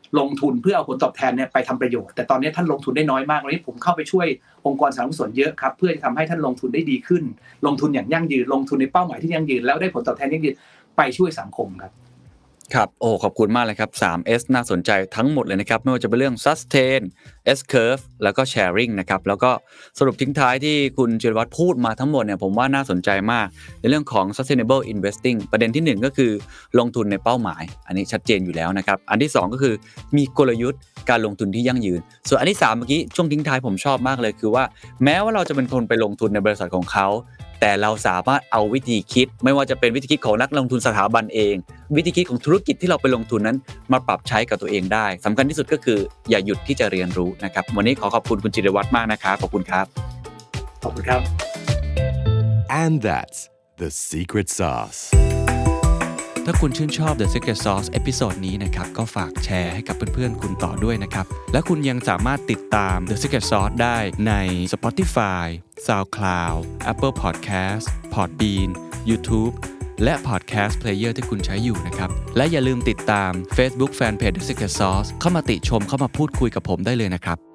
ลงทุนเพื่อเอาผลตอบแทนเนี่ยไปทำประโยชน์แต่ตอนนี้ท่านลงทุนได้น้อยมากวันนี้ผมเข้าไปช่วยองค์กรสาธารณกุศลเยอะครับเพื่อจะทำให้ท่านลงทุนได้ดีขึ้นลงทุนอย่างยั่งยืนลงทุนในเป้าหมายที่ยั่งยืนแล้วได้ผลตอบแทนยั่งยืนไปช่วยสังคมครับครับโอ้ขอบคุณมากเลยครับ ทรี เอส น่าสนใจทั้งหมดเลยนะครับไม่ว่าจะเป็นเรื่อง sustain S curve แล้วก็ sharing นะครับแล้วก็สรุปทิ้งท้ายที่คุณจิรวัตรพูดมาทั้งหมดเนี่ยผมว่าน่าสนใจมากในเรื่องของ sustainable investing ประเด็นที่หนึ่งก็คือลงทุนในเป้าหมายอันนี้ชัดเจนอยู่แล้วนะครับอันที่สองก็คือมีกลยุทธ์การลงทุนที่ยั่งยืนส่วนอันที่สามเมื่อกี้ช่วงทิ้งท้ายผมชอบมากเลยคือว่าแม้ว่าเราจะเป็นคนไปลงทุนในบริษัทของเขาแต่เราสามารถเอาวิธีคิดไม่ว่าจะเป็นวิธีคิดของนักลงทุนสถาบันเองวิธีคิดของธุรกิจที่เราไปลงทุนนั้นมาปรับใช้กับตัวเองได้สำคัญที่สุดก็คืออย่าหยุดที่จะเรียนรู้นะครับวันนี้ขอขอบคุณคุณจิรวัตรมากนะครับขอบคุณครับขอบคุณครับ And that's the secret sauce. ถ้าคุณชื่นชอบ The Secret Sauce เอพิโซดนี้นะครับก็ฝากแชร์ให้กับเพื่อนๆคุณต่อด้วยนะครับและคุณยังสามารถติดตาม The Secret Sauce ได้ใน Spotify, SoundCloud, Apple Podcast, Podbean, YouTube และ Podcast Player ที่คุณใช้อยู่นะครับและอย่าลืมติดตาม Facebook Fanpage The Secret Sauce เข้ามาติชมเข้ามาพูดคุยกับผมได้เลยนะครับ